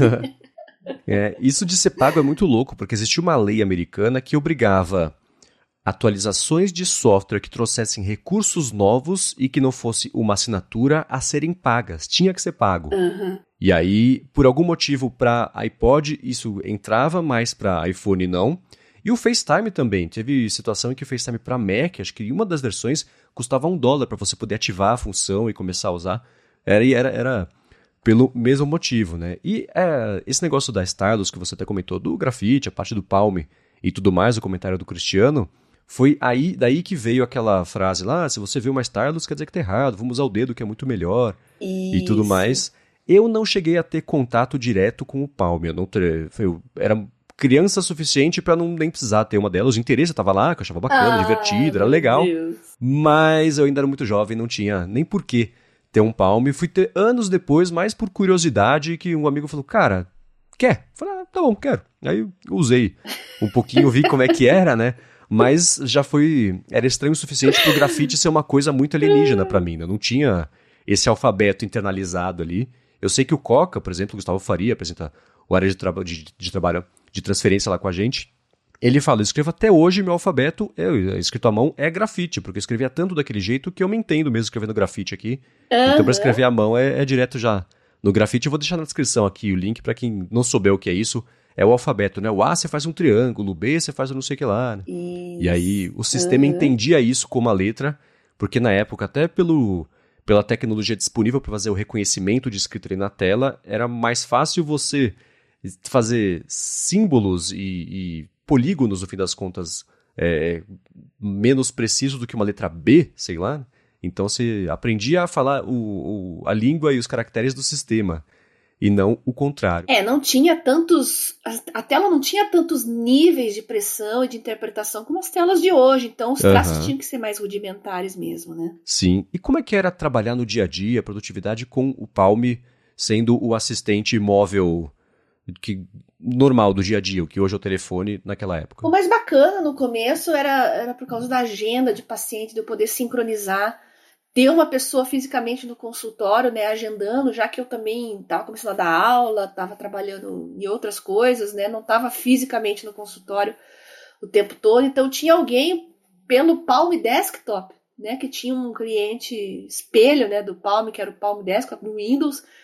É, isso de ser pago é muito louco, porque existia uma lei americana que obrigava atualizações de software que trouxessem recursos novos e que não fosse uma assinatura a serem pagas. Tinha que ser pago. Uhum. E aí, por algum motivo, para iPod isso entrava, mas para iPhone não. E o FaceTime também. Teve situação em que o FaceTime para Mac, acho que uma das versões, custava um dólar para você poder ativar a função e começar a usar. Era, era, era pelo mesmo motivo, né? E é, esse negócio da Stylus que você até comentou, do grafite, a parte do Palm e tudo mais, o comentário do Cristiano, foi aí, daí que veio aquela frase lá, se você vê uma Stylus quer dizer que tá errado, vamos usar o dedo que é muito melhor Isso. e tudo mais. Eu não cheguei a ter contato direto com o Palm, eu não ter, eu era criança suficiente para não nem precisar ter uma delas, o interesse estava lá, que eu achava bacana, Ai, divertido, era meu legal, Deus. mas eu ainda era muito jovem, não tinha nem porquê ter um Palm, fui ter anos depois, mais por curiosidade, que um amigo falou, cara, quer? Eu falei, ah, tá bom, quero. Aí eu usei um pouquinho, vi como é que era, né? Mas já foi, era estranho o suficiente pro grafite ser uma coisa muito alienígena pra mim, né? Não tinha esse alfabeto internalizado ali. Eu sei que o Coca, por exemplo, o Gustavo Faria, apresenta o área de, traba- de, de trabalho, de transferência lá com a gente, ele fala, eu escrevo até hoje, meu alfabeto, é, escrito à mão, é grafite, porque eu escrevia tanto daquele jeito que eu me entendo mesmo escrevendo grafite aqui. Então, Uhum. para escrever à mão é, é direto já no grafite. Eu vou deixar na descrição aqui o link para quem não souber o que é isso. É o alfabeto, né? O A você faz um triângulo, o B você faz um não sei o que lá, né? E aí o sistema Uhum. entendia isso como a letra, porque na época, até pelo, pela tecnologia disponível para fazer o reconhecimento de escrito ali na tela, era mais fácil você fazer símbolos e, e polígonos, no fim das contas, é, menos preciso do que uma letra B, sei lá. Então você aprendia a falar o, o, a língua e os caracteres do sistema, e não o contrário. É, não tinha tantos... A, a tela não tinha tantos níveis de pressão e de interpretação como as telas de hoje, então os traços Aham. tinham que ser mais rudimentares mesmo, né? Sim. E como é que era trabalhar no dia a dia, a produtividade com o Palm sendo o assistente móvel que, normal do dia a dia, o que hoje é o telefone naquela época? O mais bacana no começo era, era por causa da agenda de paciente, de eu poder sincronizar, ter uma pessoa fisicamente no consultório, né, agendando, já que eu também estava começando a dar aula, estava trabalhando em outras coisas, né, não estava fisicamente no consultório o tempo todo, então tinha alguém pelo Palm Desktop, né, que tinha um cliente espelho, né, do Palm, que era o Palm Desktop no Windows,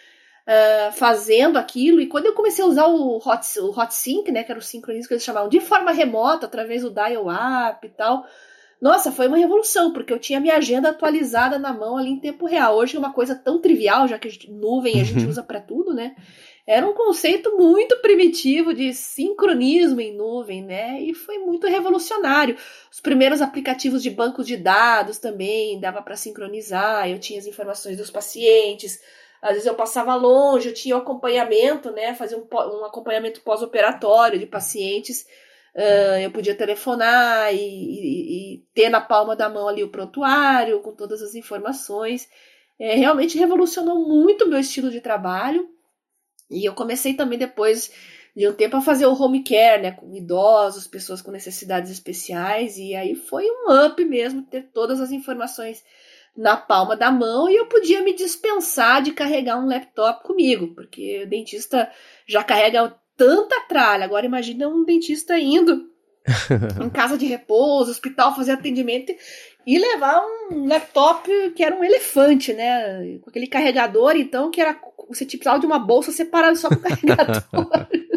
uh, fazendo aquilo. E quando eu comecei a usar o, hot, o HotSync, né, que era o sincronismo que eles chamavam, de forma remota, através do dial-up e tal, nossa, foi uma revolução, porque eu tinha minha agenda atualizada na mão ali em tempo real. Hoje é uma coisa tão trivial, já que a gente, nuvem a gente usa para tudo, né? Era um conceito muito primitivo de sincronismo em nuvem, né? E foi muito revolucionário. Os primeiros aplicativos de bancos de dados também dava para sincronizar. Eu tinha as informações dos pacientes. Às vezes eu passava longe, eu tinha o acompanhamento, né? Fazia um, um acompanhamento pós-operatório de pacientes. Uh, eu podia telefonar e, e, e ter na palma da mão ali o prontuário com todas as informações. É, realmente revolucionou muito o meu estilo de trabalho. E eu comecei também depois de um tempo a fazer o home care, né, com idosos, pessoas com necessidades especiais, e aí foi um up mesmo ter todas as informações na palma da mão, e eu podia me dispensar de carregar um laptop comigo, porque o dentista já carrega tanta tralha. Agora imagina um dentista indo em casa de repouso, hospital, fazer atendimento e levar um laptop que era um elefante, né? Com aquele carregador, então, que era você precisava de uma bolsa separada só com o carregador.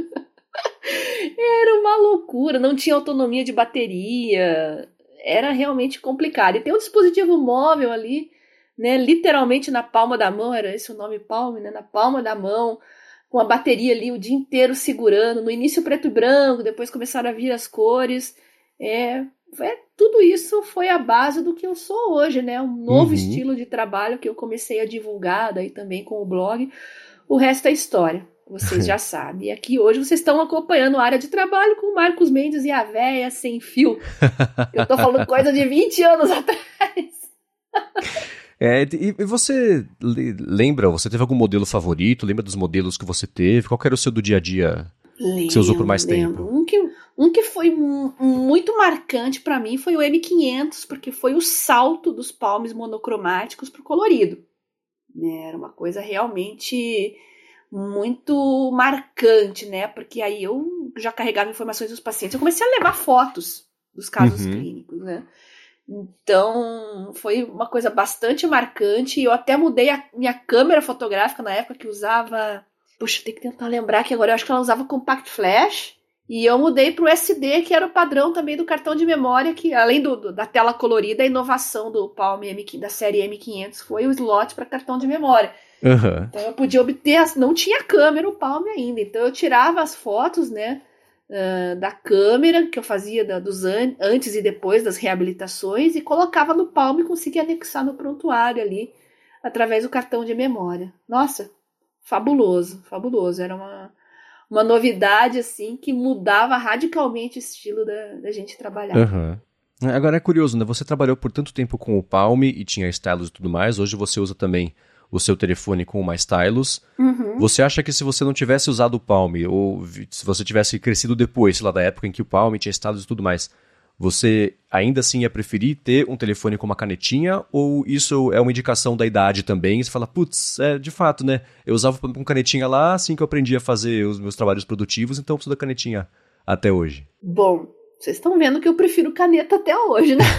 Era uma loucura, não tinha autonomia de bateria, era realmente complicado. E tem um dispositivo móvel ali, né? Literalmente na palma da mão, era esse o nome Palm, né? Na palma da mão, com a bateria ali o dia inteiro segurando, no início preto e branco, depois começaram a vir as cores. É, é, tudo isso foi a base do que eu sou hoje, né? Um novo uhum. estilo de trabalho que eu comecei a divulgar daí também com o blog. O resto é história, vocês já sabem. E aqui hoje vocês estão acompanhando a área de trabalho com o Marcos Mendes e a véia sem fio. Eu tô falando coisa de vinte anos atrás. É, e você lembra, você teve algum modelo favorito? Lembra dos modelos que você teve? Qual era o seu do dia a dia lembro, que você usou por mais lembro. tempo? Um que, um que foi um, muito marcante para mim foi o M quinhentos, porque foi o salto dos palmes monocromáticos para o colorido. Era uma coisa realmente muito marcante, né? Porque aí eu já carregava informações dos pacientes. Eu comecei a levar fotos dos casos uhum. clínicos, né? Então, foi uma coisa bastante marcante. E eu até mudei a minha câmera fotográfica na época, que usava... Puxa, tem que tentar lembrar que agora eu acho que ela usava Compact Flash. E eu mudei para o S D, que era o padrão também do cartão de memória, que além do, do, da tela colorida, a inovação do Palm M, da série M quinhentos foi o slot para cartão de memória. Uhum. Então eu podia obter... As, não tinha câmera o Palm ainda, então eu tirava as fotos, né? Uh, da câmera que eu fazia da, dos an- antes e depois das reabilitações e colocava no Palm e conseguia anexar no prontuário ali através do cartão de memória. Nossa, fabuloso, fabuloso. Era uma, uma novidade assim que mudava radicalmente o estilo da, da gente trabalhar. Uhum. Agora é curioso, né? Você trabalhou por tanto tempo com o Palm e tinha stylus e tudo mais. Hoje você usa também o seu telefone com uma stylus. Uhum. Você acha que se você não tivesse usado o Palm, ou se você tivesse crescido depois, sei lá, da época em que o Palm tinha stylus e tudo mais, você ainda assim ia preferir ter um telefone com uma canetinha, ou isso é uma indicação da idade também? E você fala, putz, é, de fato, né? Eu usava com canetinha lá, assim que eu aprendi a fazer os meus trabalhos produtivos, então eu preciso da canetinha até hoje. Bom, vocês estão vendo que eu prefiro caneta até hoje, né?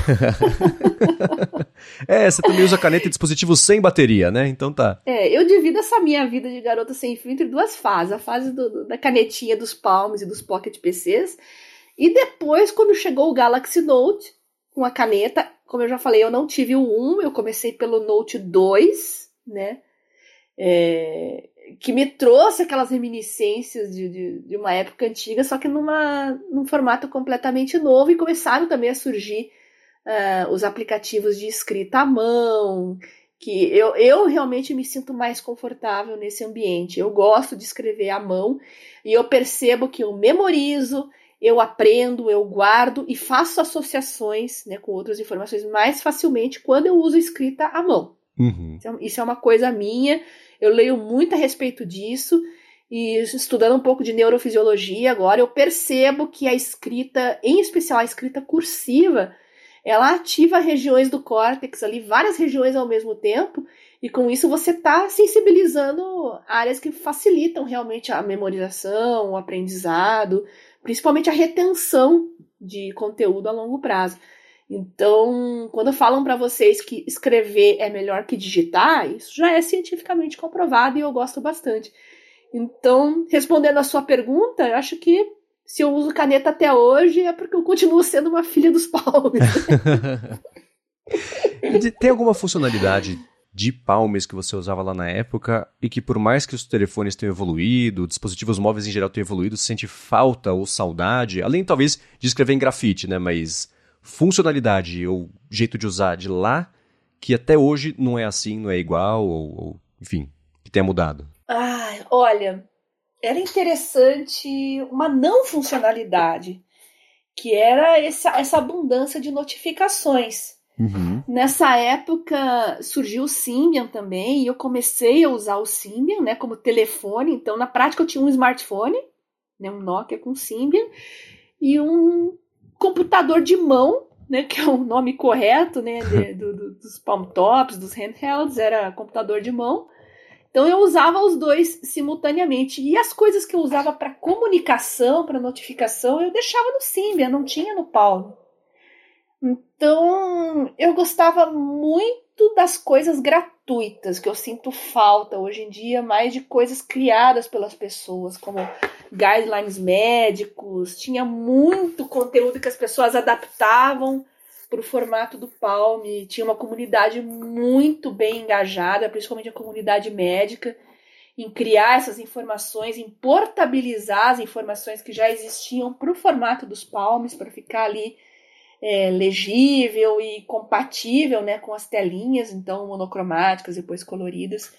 É, você também usa caneta e dispositivo sem bateria, né? Então tá. É, eu divido essa minha vida de garota sem fio entre duas fases. A fase do, da canetinha dos Palms e dos Pocket P Cs. E depois, quando chegou o Galaxy Note, com a caneta, como eu já falei, eu não tive o um, eu comecei pelo Note dois, né? É, que me trouxe aquelas reminiscências de, de, de uma época antiga, só que numa, num formato completamente novo, e começaram também a surgir uh, os aplicativos de escrita à mão, que eu, eu realmente me sinto mais confortável nesse ambiente. Eu gosto de escrever à mão, e eu percebo que eu memorizo, eu aprendo, eu guardo e faço associações, né, com outras informações mais facilmente quando eu uso escrita à mão. Uhum. Então, isso é uma coisa minha. Eu leio muito a respeito disso e estudando um pouco de neurofisiologia agora, eu percebo que a escrita, em especial a escrita cursiva, ela ativa regiões do córtex ali, várias regiões ao mesmo tempo, e com isso você está sensibilizando áreas que facilitam realmente a memorização, o aprendizado, principalmente a retenção de conteúdo a longo prazo. Então, quando falam para vocês que escrever é melhor que digitar, isso já é cientificamente comprovado e eu gosto bastante. Então, respondendo a sua pergunta, eu acho que se eu uso caneta até hoje é porque eu continuo sendo uma filha dos palmes. Tem alguma funcionalidade de palmes que você usava lá na época e que por mais que os telefones tenham evoluído, dispositivos móveis em geral tenham evoluído, sente falta ou saudade? Além, talvez, de escrever em grafite, né? Mas funcionalidade ou jeito de usar de lá que até hoje não é assim, não é igual ou, ou enfim, que tenha mudado? Ah, olha, era interessante uma não funcionalidade, que era essa, essa abundância de notificações. Uhum. Nessa época surgiu o Symbian também, e eu comecei a usar o Symbian, né, como telefone. Então, na prática, eu tinha um smartphone, né, um Nokia com Symbian, e um computador de mão, né, que é o nome correto, né, de, do, do, dos palm tops, dos handhelds, era computador de mão. Então eu usava os dois simultaneamente. E as coisas que eu usava para comunicação, para notificação, eu deixava no Symbian, não tinha no Palm. Então eu gostava muito das coisas gratuitas, que eu sinto falta hoje em dia, mais de coisas criadas pelas pessoas, como guidelines médicos. Tinha muito conteúdo que as pessoas adaptavam para o formato do Palm. Tinha uma comunidade muito bem engajada, principalmente a comunidade médica, em criar essas informações, em portabilizar as informações que já existiam para o formato dos Palms, para ficar ali é, legível e compatível, né, com as telinhas, então monocromáticas, depois coloridas.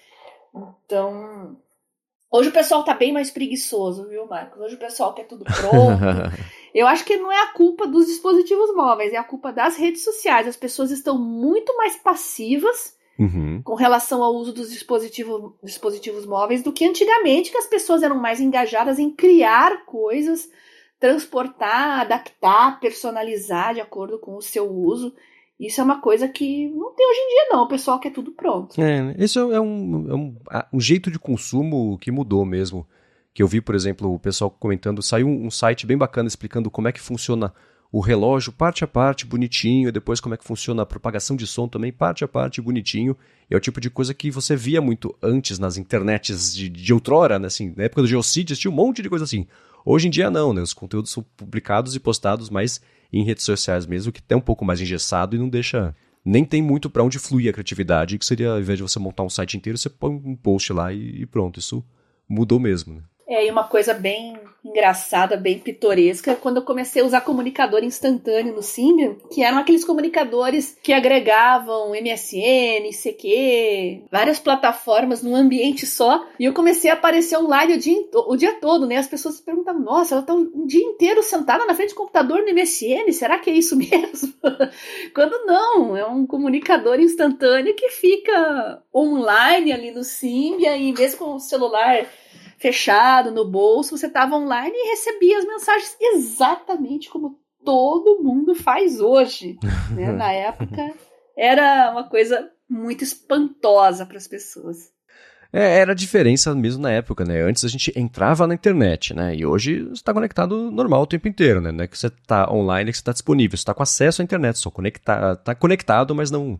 Então, hoje o pessoal está bem mais preguiçoso, viu, Marcos? Hoje o pessoal quer tudo pronto. Eu acho que não é a culpa dos dispositivos móveis, é a culpa das redes sociais. As pessoas estão muito mais passivas uhum. com relação ao uso dos dispositivos, dispositivos móveis do que antigamente, que as pessoas eram mais engajadas em criar coisas, transportar, adaptar, personalizar de acordo com o seu uso. Isso é uma coisa que não tem hoje em dia, não. O pessoal quer tudo pronto. É, esse é um, é um, um jeito de consumo que mudou mesmo. Que eu vi, por exemplo, o pessoal comentando, saiu um, um site bem bacana explicando como é que funciona o relógio, parte a parte, bonitinho, e depois como é que funciona a propagação de som também, parte a parte, bonitinho. É o tipo de coisa que você via muito antes nas internets de, de outrora, né? Assim, na época do Geocities tinha um monte de coisa assim. Hoje em dia não, né? Os conteúdos são publicados e postados mais em redes sociais mesmo, que é um pouco mais engessado e não deixa... Nem tem muito para onde fluir a criatividade, que seria, ao invés de você montar um site inteiro, você põe um post lá e, e pronto. Isso mudou mesmo, né? É, e uma coisa bem engraçada, bem pitoresca, quando eu comecei a usar comunicador instantâneo no Symbian, que eram aqueles comunicadores que agregavam M S N, I C Q, várias plataformas num ambiente só, e eu comecei a aparecer online o dia, o dia todo, né? As pessoas se perguntavam, nossa, ela tá um dia inteiro sentada na frente do computador no M S N, será que é isso mesmo? Quando não, é um comunicador instantâneo que fica online ali no Symbian, e mesmo com o celular fechado no bolso, você estava online e recebia as mensagens exatamente como todo mundo faz hoje. Né? Na época, era uma coisa muito espantosa para as pessoas. É, era a diferença mesmo na época, né? Antes a gente entrava na internet, né? E hoje você está conectado normal o tempo inteiro, né? Não é que você está online, é que você está disponível, você está com acesso à internet, só conecta- tá conectado, mas não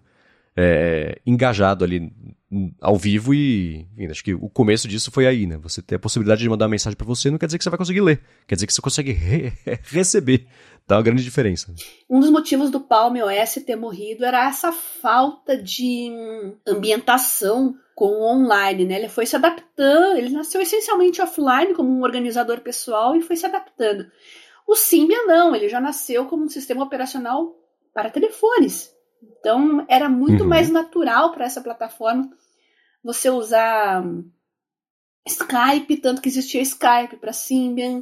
é, engajado ali ao vivo e, enfim, acho que o começo disso foi aí, né? Você ter a possibilidade de mandar uma mensagem para você não quer dizer que você vai conseguir ler, quer dizer que você consegue re- receber. Dá uma grande diferença. Um dos motivos do Palm O S ter morrido era essa falta de ambientação com o online, né? Ele foi se adaptando, ele nasceu essencialmente offline como um organizador pessoal e foi se adaptando. O Symbian não, ele já nasceu como um sistema operacional para telefones. Então era muito uhum. mais natural para essa plataforma você usar Skype, tanto que existia Skype para Symbian,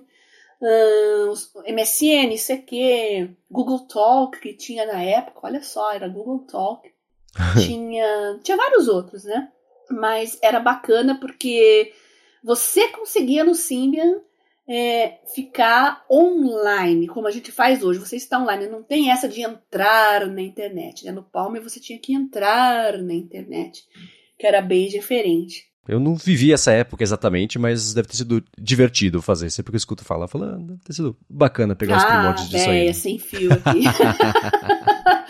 uh, M S N, I C Q, Google Talk, que tinha na época, olha só, era Google Talk, tinha, tinha vários outros, né? Mas era bacana porque você conseguia no Symbian é, ficar online, como a gente faz hoje. Você está online, não tem essa de entrar na internet, né? No Palm você tinha que entrar na internet, que era bem diferente. Eu não vivi essa época exatamente, mas deve ter sido divertido fazer. Sempre que eu escuto falar, falando, ah, deve ter sido bacana pegar ah, os primórdios disso é, aí. Ah, é, sem fio aqui.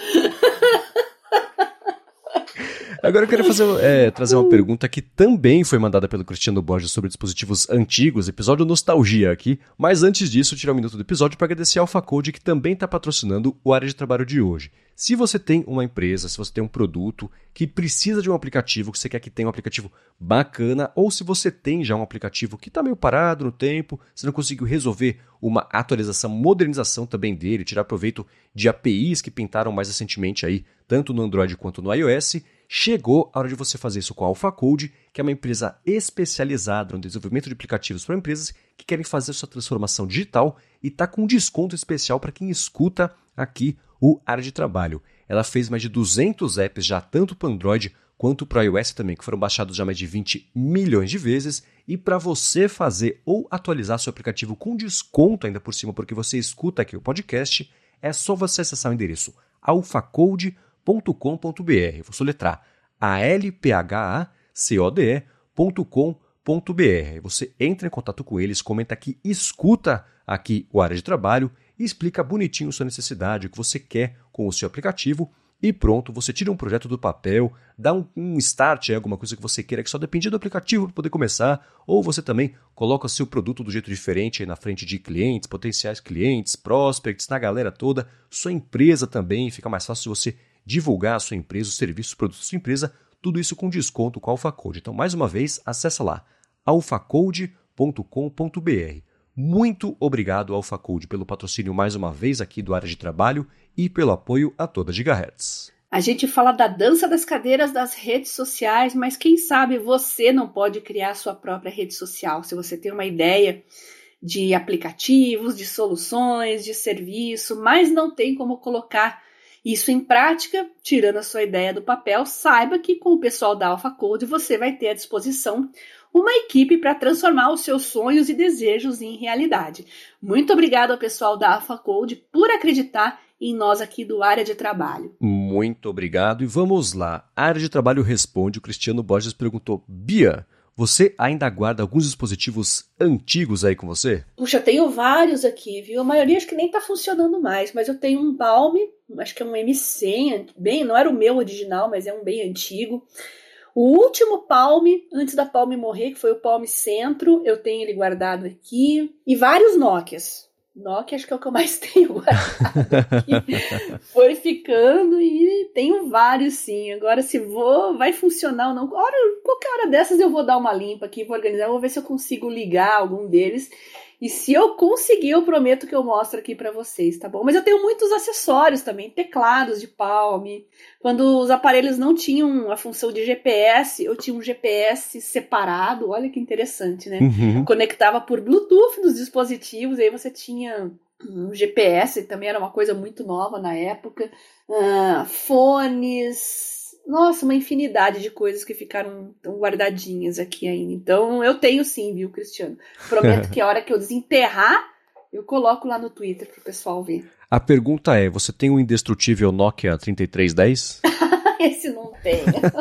Agora eu queria fazer, é, trazer uma pergunta que também foi mandada pelo Cristiano Borges sobre dispositivos antigos, episódio nostalgia aqui, mas antes disso, tirar um minuto do episódio para agradecer a AlphaCode, que também está patrocinando o Área de Trabalho de hoje. Se você tem uma empresa, se você tem um produto que precisa de um aplicativo, que você quer que tenha um aplicativo bacana, ou se você tem já um aplicativo que está meio parado no tempo, você não conseguiu resolver uma atualização, modernização também dele, tirar proveito de A P Is que pintaram mais recentemente aí, tanto no Android quanto no iOS, chegou a hora de você fazer isso com a AlphaCode, que é uma empresa especializada no desenvolvimento de aplicativos para empresas que querem fazer sua transformação digital e está com um desconto especial para quem escuta aqui o Área de Trabalho. Ela fez mais de duzentos apps já, tanto para o Android quanto para o iOS também, que foram baixados já mais de vinte milhões de vezes. E para você fazer ou atualizar seu aplicativo com desconto ainda por cima, porque você escuta aqui o podcast, é só você acessar o endereço alphacode ponto com ponto b r. Vou soletrar a l p h a c o d e ponto com ponto b r. Você entra em contato com eles, comenta que escuta aqui o Área de Trabalho e explica bonitinho sua necessidade, o que você quer com o seu aplicativo e pronto, você tira um projeto do papel, dá um, um start, é alguma coisa que você queira que só depende do aplicativo para poder começar, ou você também coloca o seu produto do jeito diferente aí na frente de clientes, potenciais clientes, prospects, na galera toda, sua empresa também, fica mais fácil você divulgar a sua empresa, os serviços, os produtos da sua empresa, tudo isso com desconto com a AlphaCode. Então, mais uma vez, acessa lá, alphacode ponto com ponto b r. Muito obrigado, AlphaCode, pelo patrocínio mais uma vez aqui do Área de Trabalho e pelo apoio a toda Gigahertz. A gente fala da dança das cadeiras das redes sociais, mas quem sabe você não pode criar a sua própria rede social. Se você tem uma ideia de aplicativos, de soluções, de serviço, mas não tem como colocar isso em prática, tirando a sua ideia do papel, saiba que com o pessoal da AlphaCode você vai ter à disposição uma equipe para transformar os seus sonhos e desejos em realidade. Muito obrigado ao pessoal da AlphaCode por acreditar em nós aqui do Área de Trabalho. Muito obrigado e vamos lá. A Área de Trabalho responde. O Cristiano Borges perguntou: Bia, você ainda guarda alguns dispositivos antigos aí com você? Puxa, eu tenho vários aqui, viu? A maioria acho que nem tá funcionando mais, mas eu tenho um Palm, acho que é um M cem, bem, não era o meu original, mas é um bem antigo. O último Palm, antes da Palm morrer, que foi o Palm Centro, eu tenho ele guardado aqui. E vários Nokias. Nokia acho que é o que eu mais tenho guardado aqui. Foi ficando e tenho vários sim. Agora se vou, vai funcionar ou não. Hora, qualquer hora dessas eu vou dar uma limpa aqui, vou organizar, vou ver se eu consigo ligar algum deles. E se eu conseguir, eu prometo que eu mostro aqui pra vocês, tá bom? Mas eu tenho muitos acessórios também, teclados de Palm. Quando os aparelhos não tinham a função de G P S, eu tinha um G P S separado, olha que interessante, né? Uhum. Conectava por Bluetooth nos dispositivos, e aí você tinha um G P S, também era uma coisa muito nova na época. Ah, fones... Nossa, uma infinidade de coisas que ficaram guardadinhas aqui ainda. Então, eu tenho sim, viu, Cristiano? Prometo que a hora que eu desenterrar, eu coloco lá no Twitter pro pessoal ver. A pergunta é, você tem um indestrutível Nokia trinta e três dez? Esse não tem.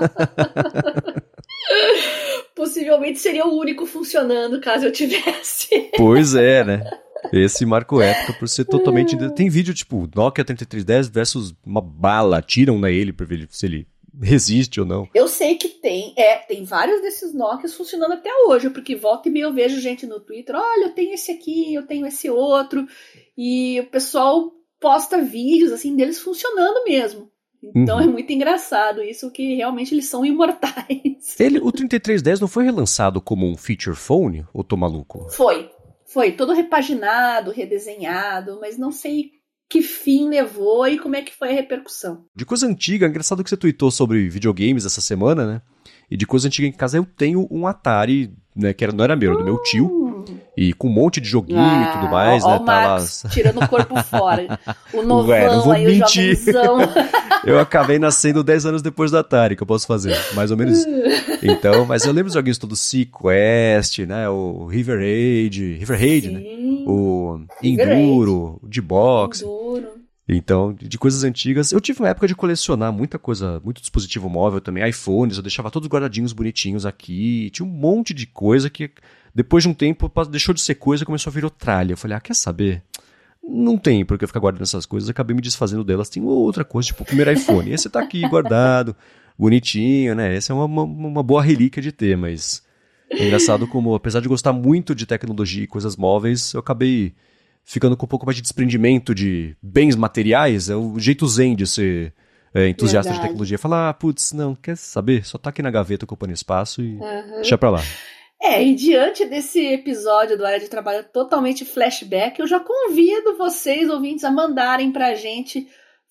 Possivelmente seria o único funcionando, caso eu tivesse. Pois é, né? Esse marcou época por ser totalmente... Tem vídeo tipo Nokia trinta e três dez versus uma bala, tiram na ele pra ver se ele resiste ou não. Eu sei que tem, é, tem vários desses Nokias funcionando até hoje, porque volta e meia eu vejo gente no Twitter, olha, eu tenho esse aqui, eu tenho esse outro, e o pessoal posta vídeos, assim, deles funcionando mesmo. Então uhum. É muito engraçado isso, que realmente eles são imortais. Ele, o trinta e três dez não foi relançado como um feature phone, ou tô maluco? Foi, foi, todo repaginado, redesenhado, mas não sei que fim levou e como é que foi a repercussão. De coisa antiga, é engraçado que você tweetou sobre videogames essa semana, né? E de coisa antiga em casa eu tenho um Atari, né, que era, não era meu, era do meu tio. E com um monte de joguinho ah, e tudo mais, ó, né? Ó, o tá Marcos lá... tirando o corpo fora. O novão, Ué, não vou aí, mentir. O jovenzão. Eu acabei nascendo dez anos depois do Atari, que eu posso fazer, mais ou menos. Então, mas eu lembro dos joguinhos todos, Sequest, né? O River Raid, River Raid, né? O Enduro, o de boxe. Enduro. Então, de coisas antigas, eu tive uma época de colecionar muita coisa, muito dispositivo móvel também, iPhones, eu deixava todos guardadinhos, bonitinhos aqui, tinha um monte de coisa que, depois de um tempo, deixou de ser coisa e começou a virar tralha. Eu falei, ah, quer saber? não tem porque eu ficar guardando essas coisas, acabei me desfazendo delas. Tem outra coisa, tipo o primeiro iPhone. Esse tá aqui guardado, bonitinho, né? Essa é uma, uma, uma boa relíquia de ter, mas é engraçado como, apesar de gostar muito de tecnologia e coisas móveis, eu acabei ficando com um pouco mais de desprendimento de bens materiais. É o jeito zen de ser é, entusiasta Verdade. de tecnologia. Falar, ah, putz, não, quer saber? Só tá aqui na gaveta ocupando espaço e uhum. deixa pra lá. É, e diante desse episódio do Área de Trabalho totalmente flashback, eu já convido vocês, ouvintes, a mandarem pra gente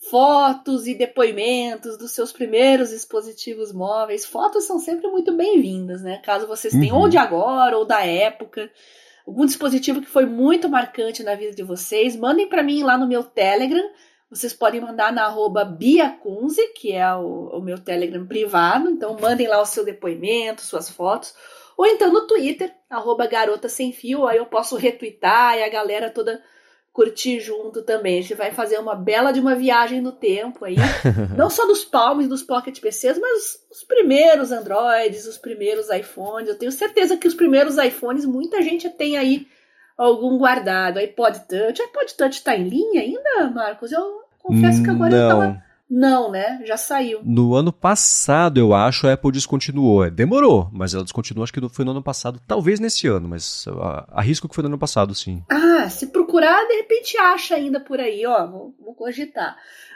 fotos e depoimentos dos seus primeiros dispositivos móveis. Fotos são sempre muito bem-vindas, né? Caso vocês tenham uhum. ou de agora ou da época, algum dispositivo que foi muito marcante na vida de vocês, mandem pra mim lá no meu Telegram. Vocês podem mandar na arroba biacunze, que é o, o meu Telegram privado. Então mandem lá o seu depoimento, suas fotos. Ou então no Twitter, arroba garota sem fio, aí eu posso retweetar e a galera toda curtir junto também. A gente vai fazer uma bela de uma viagem no tempo aí, não só dos Palms e dos Pocket P Cs, mas os primeiros Androids, os primeiros iPhones. Eu tenho certeza que os primeiros iPhones, muita gente tem aí algum guardado. iPod Touch, iPod Touch tá em linha ainda, Marcos? Eu confesso que agora não. eu tava... Não, né? Já saiu. No ano passado, eu acho, a Apple descontinuou. Demorou, mas ela descontinuou, acho que foi no ano passado. Talvez nesse ano, mas arrisco que foi no ano passado, sim. Ah, se procurar, de repente acha ainda por aí, ó. Vou, vou cogitar.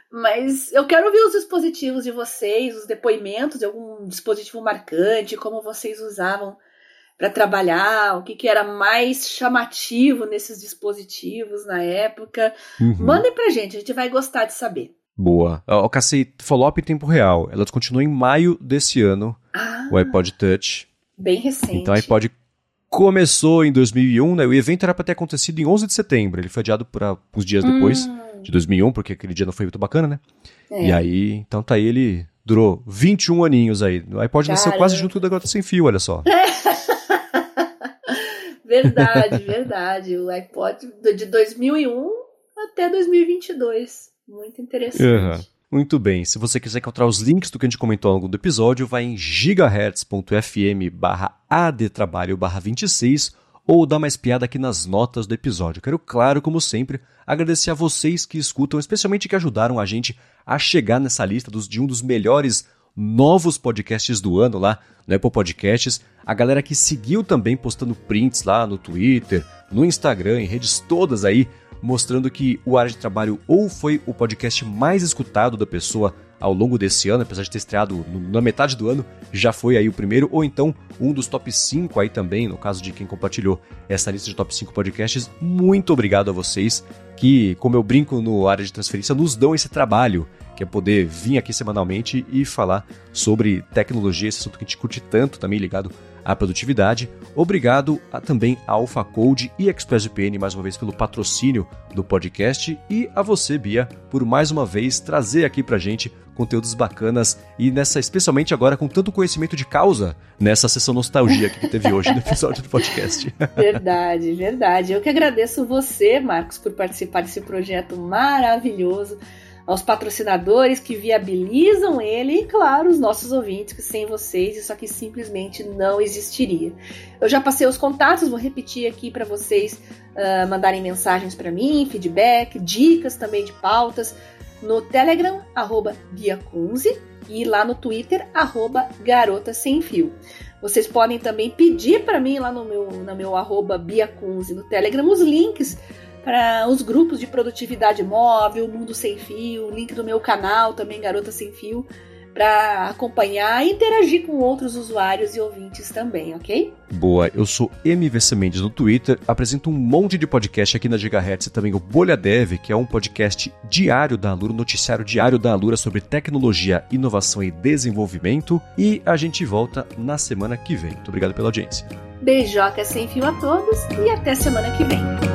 Mas eu quero ouvir os dispositivos de vocês, os depoimentos de algum dispositivo marcante, como vocês usavam para trabalhar, o que, que era mais chamativo nesses dispositivos na época. Uhum. Mandem pra gente, a gente vai gostar de saber. Boa. O Cassie, follow-up em tempo real. Ela descontinuou em maio desse ano, ah, o iPod Touch. Bem recente. Então o iPod começou em dois mil e um, né? O evento era para ter acontecido em onze de setembro. Ele foi adiado para uns dias depois, hum. de dois mil e um, porque aquele dia não foi muito bacana, né? É. E aí, então tá aí, ele durou vinte e um aninhos aí. O iPod Caramba. nasceu quase junto da Garota Sem Fio, olha só. Verdade, verdade. O iPod de dois mil e um até dois mil e vinte e dois. Muito interessante. Uhum. Muito bem. Se você quiser encontrar os links do que a gente comentou ao longo do episódio, vai em gigahertz.fm barra adtrabalho barra 26 ou dá uma espiada aqui nas notas do episódio. Quero, claro, como sempre, agradecer a vocês que escutam, especialmente que ajudaram a gente a chegar nessa lista dos, de um dos melhores novos podcasts do ano lá no Apple Podcasts. A galera que seguiu também postando prints lá no Twitter, no Instagram, em redes todas aí, mostrando que o Área de Trabalho ou foi o podcast mais escutado da pessoa ao longo desse ano, apesar de ter estreado na metade do ano, já foi aí o primeiro, ou então um dos top cinco aí também, no caso de quem compartilhou essa lista de top cinco podcasts. Muito obrigado a vocês que, como eu brinco no Área de Transferência, nos dão esse trabalho, que é poder vir aqui semanalmente e falar sobre tecnologia, esse assunto que a gente curte tanto, também ligado à produtividade. Obrigado a, também a AlphaCode e ExpressVPN, mais uma vez, pelo patrocínio do podcast, e a você, Bia, por mais uma vez trazer aqui pra gente conteúdos bacanas e nessa, especialmente agora com tanto conhecimento de causa nessa sessão nostalgia que teve hoje no episódio do podcast. Verdade, verdade. Eu que agradeço você, Marcos, por participar desse projeto maravilhoso, aos patrocinadores que viabilizam ele e, claro, os nossos ouvintes, que sem vocês isso aqui simplesmente não existiria. Eu já passei os contatos, vou repetir aqui para vocês uh, mandarem mensagens para mim, feedback, dicas também de pautas, no Telegram, arroba biacunze, e lá no Twitter, arroba garota sem fio. Vocês podem também pedir para mim lá no meu, no meu arroba biacunze no Telegram os links para os grupos de produtividade móvel, Mundo Sem Fio, link do meu canal também, Garota Sem Fio, para acompanhar e interagir com outros usuários e ouvintes também, ok? Boa, eu sou M V C Mendes no Twitter, apresento um monte de podcast aqui na Gigahertz e também o Bolha Dev, que é um podcast diário da Alura, noticiário diário da Alura sobre tecnologia, inovação e desenvolvimento, e a gente volta na semana que vem. Muito obrigado pela audiência. Beijoca sem fio a todos e até semana que vem.